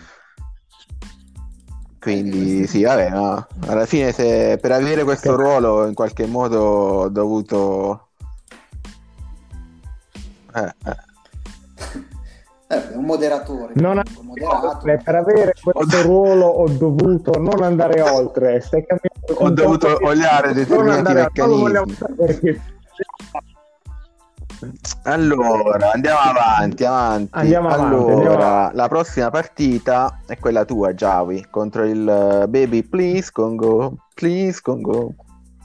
Eh, che questo Quindi è sì, vabbè, no. Alla fine se per avere questo ruolo in qualche modo ho dovuto... Eh, eh. Eh, è un moderatore. Non comunque, moderato. Per avere questo ruolo ho dovuto non andare oltre. Stai cambiando Ho dovuto oliare determinati meccanismi. Allora, andiamo avanti, avanti. Andiamo avanti, allora, andiamo avanti. La prossima partita è quella tua, Javi, contro il Baby Please Congo. Please Congo.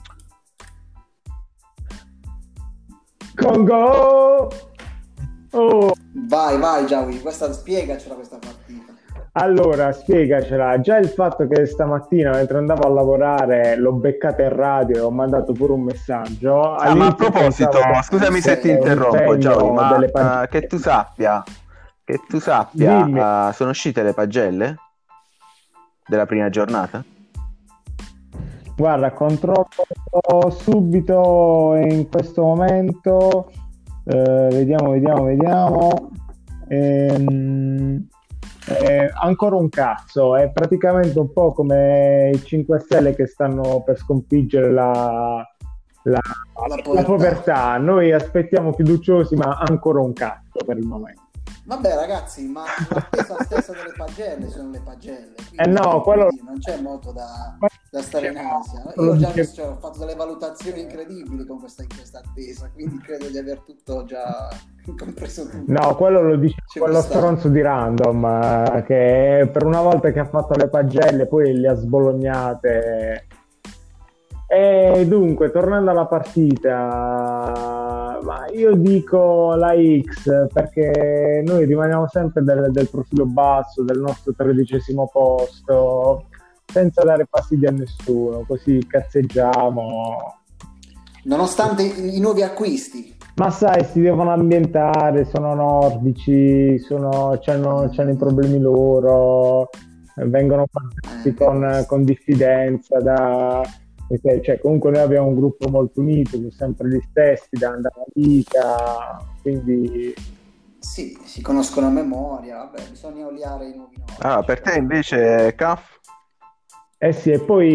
Congo! Oh. Vai, vai, Javi, questa, spiegacela questa partita. Allora, spiegacela. Già il fatto che stamattina, mentre andavo a lavorare, l'ho beccata in radio e ho mandato pure un messaggio. Ah, ma a proposito, scusami se ti interrompo, Javi, ma uh, che tu sappia, che tu sappia, uh, sono uscite le pagelle della prima giornata? Guarda, controllo subito in questo momento. Uh, vediamo, vediamo, vediamo. Ehm... Eh, ancora un cazzo, è praticamente un po' come i cinque Stelle che stanno per sconfiggere la, la, la, la, povertà. la povertà. Noi aspettiamo fiduciosi, ma ancora un cazzo per il momento. Vabbè ragazzi, ma l'attesa stessa delle pagelle sono le pagelle, eh no, quello... non c'è modo da, da stare in ansia. Io già mi, cioè, ho fatto delle valutazioni incredibili con questa, questa attesa, quindi credo di aver tutto già compreso tutto. No, quello lo dice c'è quello stronzo di Random, che per una volta che ha fatto le pagelle poi le ha sbolognate. E dunque, tornando alla partita, ma io dico la X perché noi rimaniamo sempre del, del profilo basso, del nostro tredicesimo posto, senza dare fastidio a nessuno, così cazzeggiamo. Nonostante i, i nuovi acquisti. Ma sai, si devono ambientare, sono nordici, sono, c'hanno, c'hanno i problemi loro, vengono parlati con, con diffidenza da... Perché, cioè, comunque noi abbiamo un gruppo molto unito, sono sempre gli stessi da andare a vita, quindi sì, si conoscono a memoria, vabbè, bisogna oliare i nuovi nomi. Ah, per te invece Caf? Eh sì, e poi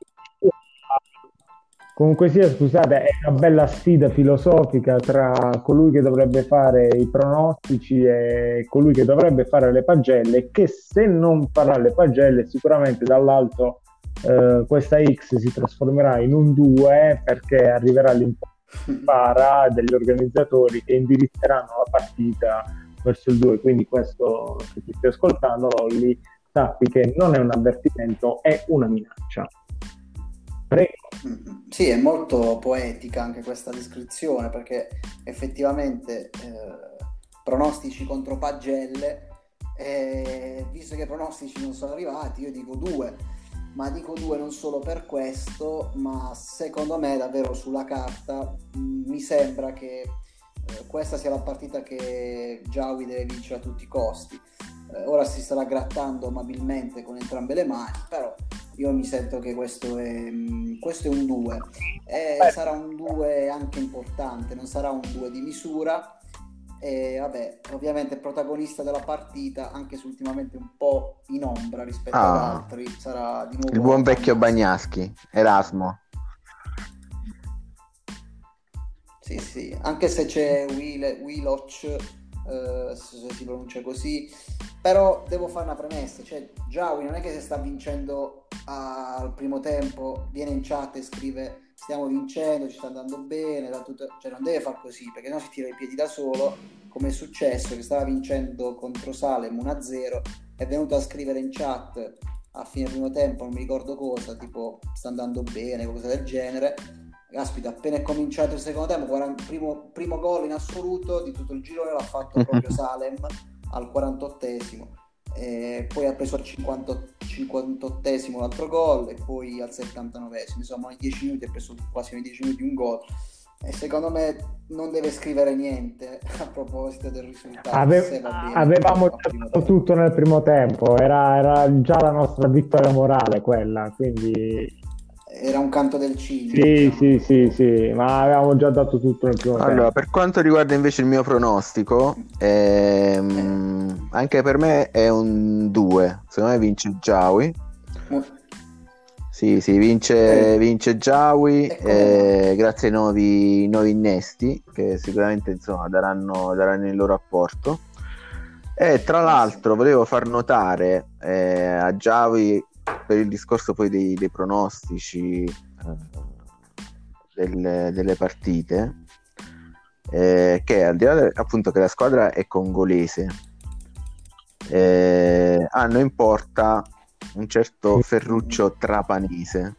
comunque sia, scusate, è una bella sfida filosofica tra colui che dovrebbe fare i pronostici e colui che dovrebbe fare le pagelle, che se non farà le pagelle sicuramente dall'alto Uh, questa X si trasformerà in un due perché arriverà l'impara degli organizzatori che indirizzeranno la partita verso il due. Quindi questo, se ti stai ascoltando, Lolli, sappi che non è un avvertimento, è una minaccia. Prego. Sì, è molto poetica anche questa descrizione, perché effettivamente eh, pronostici contro pagelle, eh, visto che i pronostici non sono arrivati, io dico due. Ma dico due non solo per questo, ma secondo me davvero sulla carta mh, mi sembra che eh, questa sia la partita che Javi deve vincere a tutti i costi. Eh, ora si starà grattando amabilmente con entrambe le mani, però io mi sento che questo è, mh, questo è un due. E sarà un due anche importante, non sarà un due di misura. E vabbè, ovviamente il protagonista della partita, anche se ultimamente un po' in ombra rispetto ah, ad altri, sarà di nuovo il buon vecchio Bagnaschi, Erasmo. Sì, sì, anche se c'è Will, Willoch, eh, se si pronuncia così, però devo fare una premessa, cioè Jawi non è che se sta vincendo al primo tempo viene in chat e scrive stiamo vincendo, ci sta andando bene, da tutto... cioè non deve far così, perché no si tira i piedi da solo, come è successo che stava vincendo contro Salem uno a zero, è venuto a scrivere in chat a fine primo tempo, non mi ricordo cosa, tipo sta andando bene, qualcosa del genere. Caspita, appena è cominciato il secondo tempo, primo, primo gol in assoluto di tutto il girone l'ha fatto proprio Salem al quarantottesimo. E poi ha preso al cinquantottesimo l'altro gol e poi al settantanovesimo, insomma nei dieci minuti ha preso quasi nei dieci minuti un gol, e secondo me non deve scrivere niente a proposito del risultato. Ave- se va bene, avevamo fatto tutto nel primo tempo, era, era già la nostra vittoria morale quella, quindi era un canto del cigno. Sì, diciamo. sì, sì, sì, ma avevamo già dato tutto nel primo allora, tempo. Per quanto riguarda invece il mio pronostico, ehm, anche per me è un due. Secondo me vince Jawi. Sì, sì, vince, vince Jawi, eh, grazie ai nuovi, nuovi innesti che sicuramente insomma daranno, daranno il loro apporto. E tra l'altro volevo far notare eh, a Giavi, per il discorso poi dei, dei pronostici eh, delle, delle partite, eh, che al di là del- appunto che la squadra è congolese, eh, hanno in porta un certo Ferruccio Trapanese.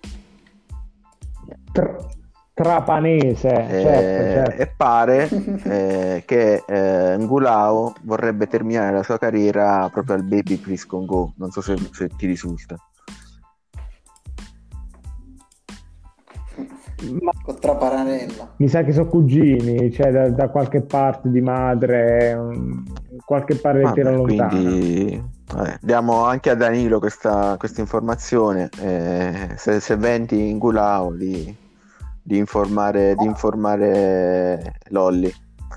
Tra- Trapanese, Eh, certo, certo. e pare eh, che eh, Ngulao vorrebbe terminare la sua carriera proprio al Baby Please Congo. Non so se, se ti risulta. Ma Con Traparanella. mi sa che sono cugini, cioè da, da qualche parte di madre, mm, qualche parentela Vabbè, lontana. quindi vabbè, diamo anche a Danilo questa, questa informazione. eh, se, se venti Ngulao di, di informare, di informare Lolli.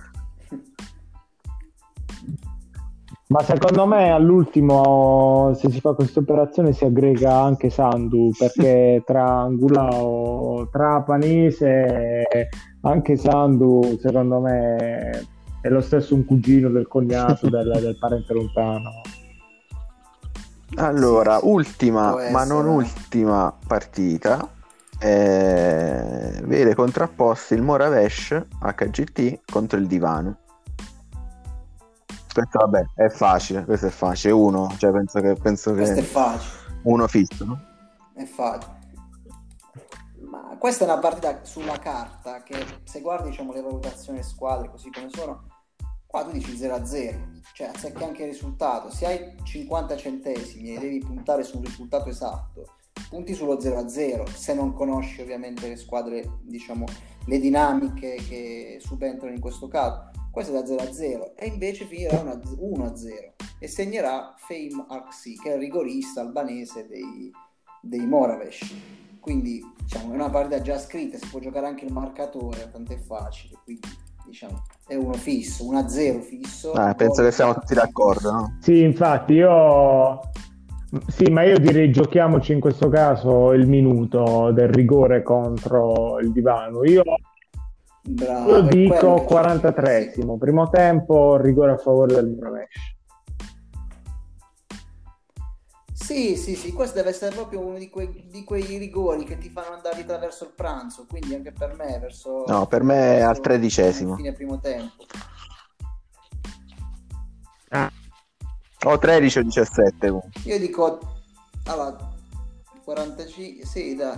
Ma secondo me all'ultimo, se si fa questa operazione, si aggrega anche Sandu, perché tra Angulao, Trapanese, anche Sandu, secondo me è lo stesso un cugino del cognato del, del parente lontano. Allora, Sì, sì, ultima, può ma non essere. ultima partita, eh, vede contrapposti il Moravesh H G T contro il Divano. Questo vabbè, è facile, questo è facile, uno, cioè penso che, penso Questo è che facile, uno fisso, no? è facile. Ma questa è una partita sulla carta che, se guardi, diciamo, le valutazioni squadre così come sono, qua tu dici zero a zero, cioè azzecchi anche il risultato. Se hai cinquanta centesimi e devi puntare sul risultato esatto, punti sullo zero a zero, se non conosci ovviamente le squadre, diciamo, le dinamiche che subentrano in questo caso. Questo è da zero a zero, e invece finirà uno a zero e segnerà Fame Arksi, che è il rigorista albanese dei, dei Moravesh. Quindi, diciamo, è una partita già scritta, si può giocare anche il marcatore, tanto è facile, quindi, diciamo, è uno fisso, uno a zero fisso. Ah, penso che siamo tutti d'accordo, no? Sì, infatti io... Sì, ma io direi giochiamoci in questo caso il minuto del rigore contro il Divano. Io... Bravo, Io è quello dico che quarantatreesimo, primo tempo, rigore a favore del Moravesh. Sì, sì, sì, questo deve essere proprio uno di quei, di quei rigori che ti fanno andare attraverso il pranzo, quindi anche per me, verso... No, per me è al verso, tredicesimo. fine primo tempo. Ah, O tredici o diciassette comunque. Io dico, allora, quarantacinque, sì, dai.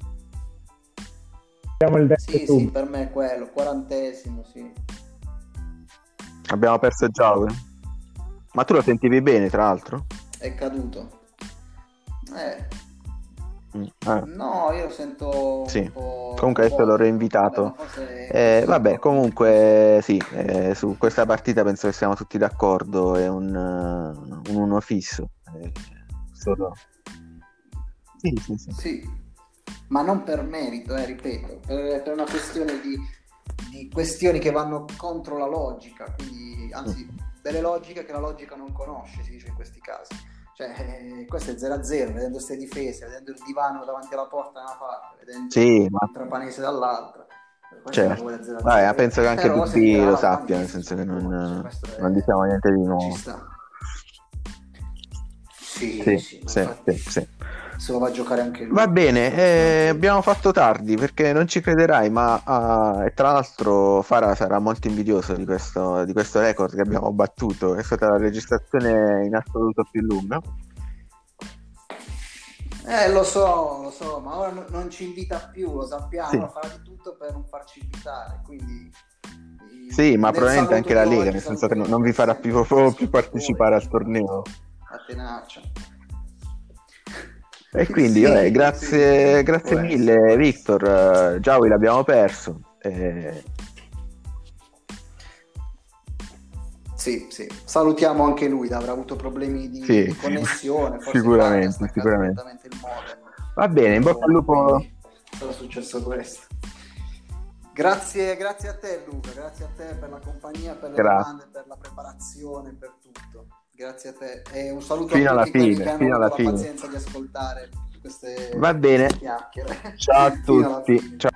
abbiamo il detto Sì, tu. sì, per me è quello, quarantesimo, sì. Abbiamo perso il gioco. Ma tu lo sentivi bene, tra l'altro? È caduto. Eh, Mm, ah, no, io lo sento sì. un po'... Comunque adesso l'ho Vabbè, reinvitato. ma forse Eh, sono vabbè, proprio- comunque sì, eh, su questa partita penso che siamo tutti d'accordo, è un, eh, un uno fisso. Eh, solo... Sì, sì, sì. Sì, ma non per merito, eh, ripeto, per, per una questione di, di questioni che vanno contro la logica, quindi anzi delle logiche che la logica non conosce, si dice in questi casi. Cioè, eh, questo è zero a zero, vedendo queste difese, vedendo il divano davanti alla porta da una parte, vedendo Sì, ma il Trapanese dall'altra. Questo certo. è zero a Vabbè, zero. penso che anche Però tutti segnerà lo Albania, sappiano, nel senso che non, insomma, questo è- non diciamo niente di ci nuovo. sta. Sì, Sì, sì, ma sì, infatti sì, sì. se lo va a giocare anche lui. Va bene, eh, abbiamo fatto tardi perché non ci crederai, ma ah, e tra l'altro Farah sarà molto invidioso di questo, di questo record che abbiamo battuto. È stata la registrazione in assoluto più lunga. Eh, lo so, lo so, ma ora non, non ci invita più, lo sappiamo, Sì. farà di tutto per non farci invitare, quindi... Sì, ma nel probabilmente saluto anche la di Lega, oggi nel senso che non, saluteremo non vi farà sempre più, gli proprio più ascoltatori partecipare al che torneo. a tenacia. E quindi, Sì, vabbè, grazie, sì, grazie può mille essere, può Victor. Eh, Giaui l'abbiamo perso. Eh, Sì, sì, salutiamo anche lui, avrà avuto problemi di, Sì, di connessione, forse sicuramente, Fabio ha staccato sicuramente. completamente il modem. Va bene, in bocca al lupo. Quindi sarà successo questo. Grazie, grazie a te Luca, grazie a te per la compagnia, per le Grazie. domande, per la preparazione, per tutto. Grazie a te e un saluto Fino a alla tutti quelli fine, che hanno fino avuto alla la fine. pazienza di ascoltare queste, Va bene. queste chiacchiere. Ciao a Fino alla tutti. fine. Ciao.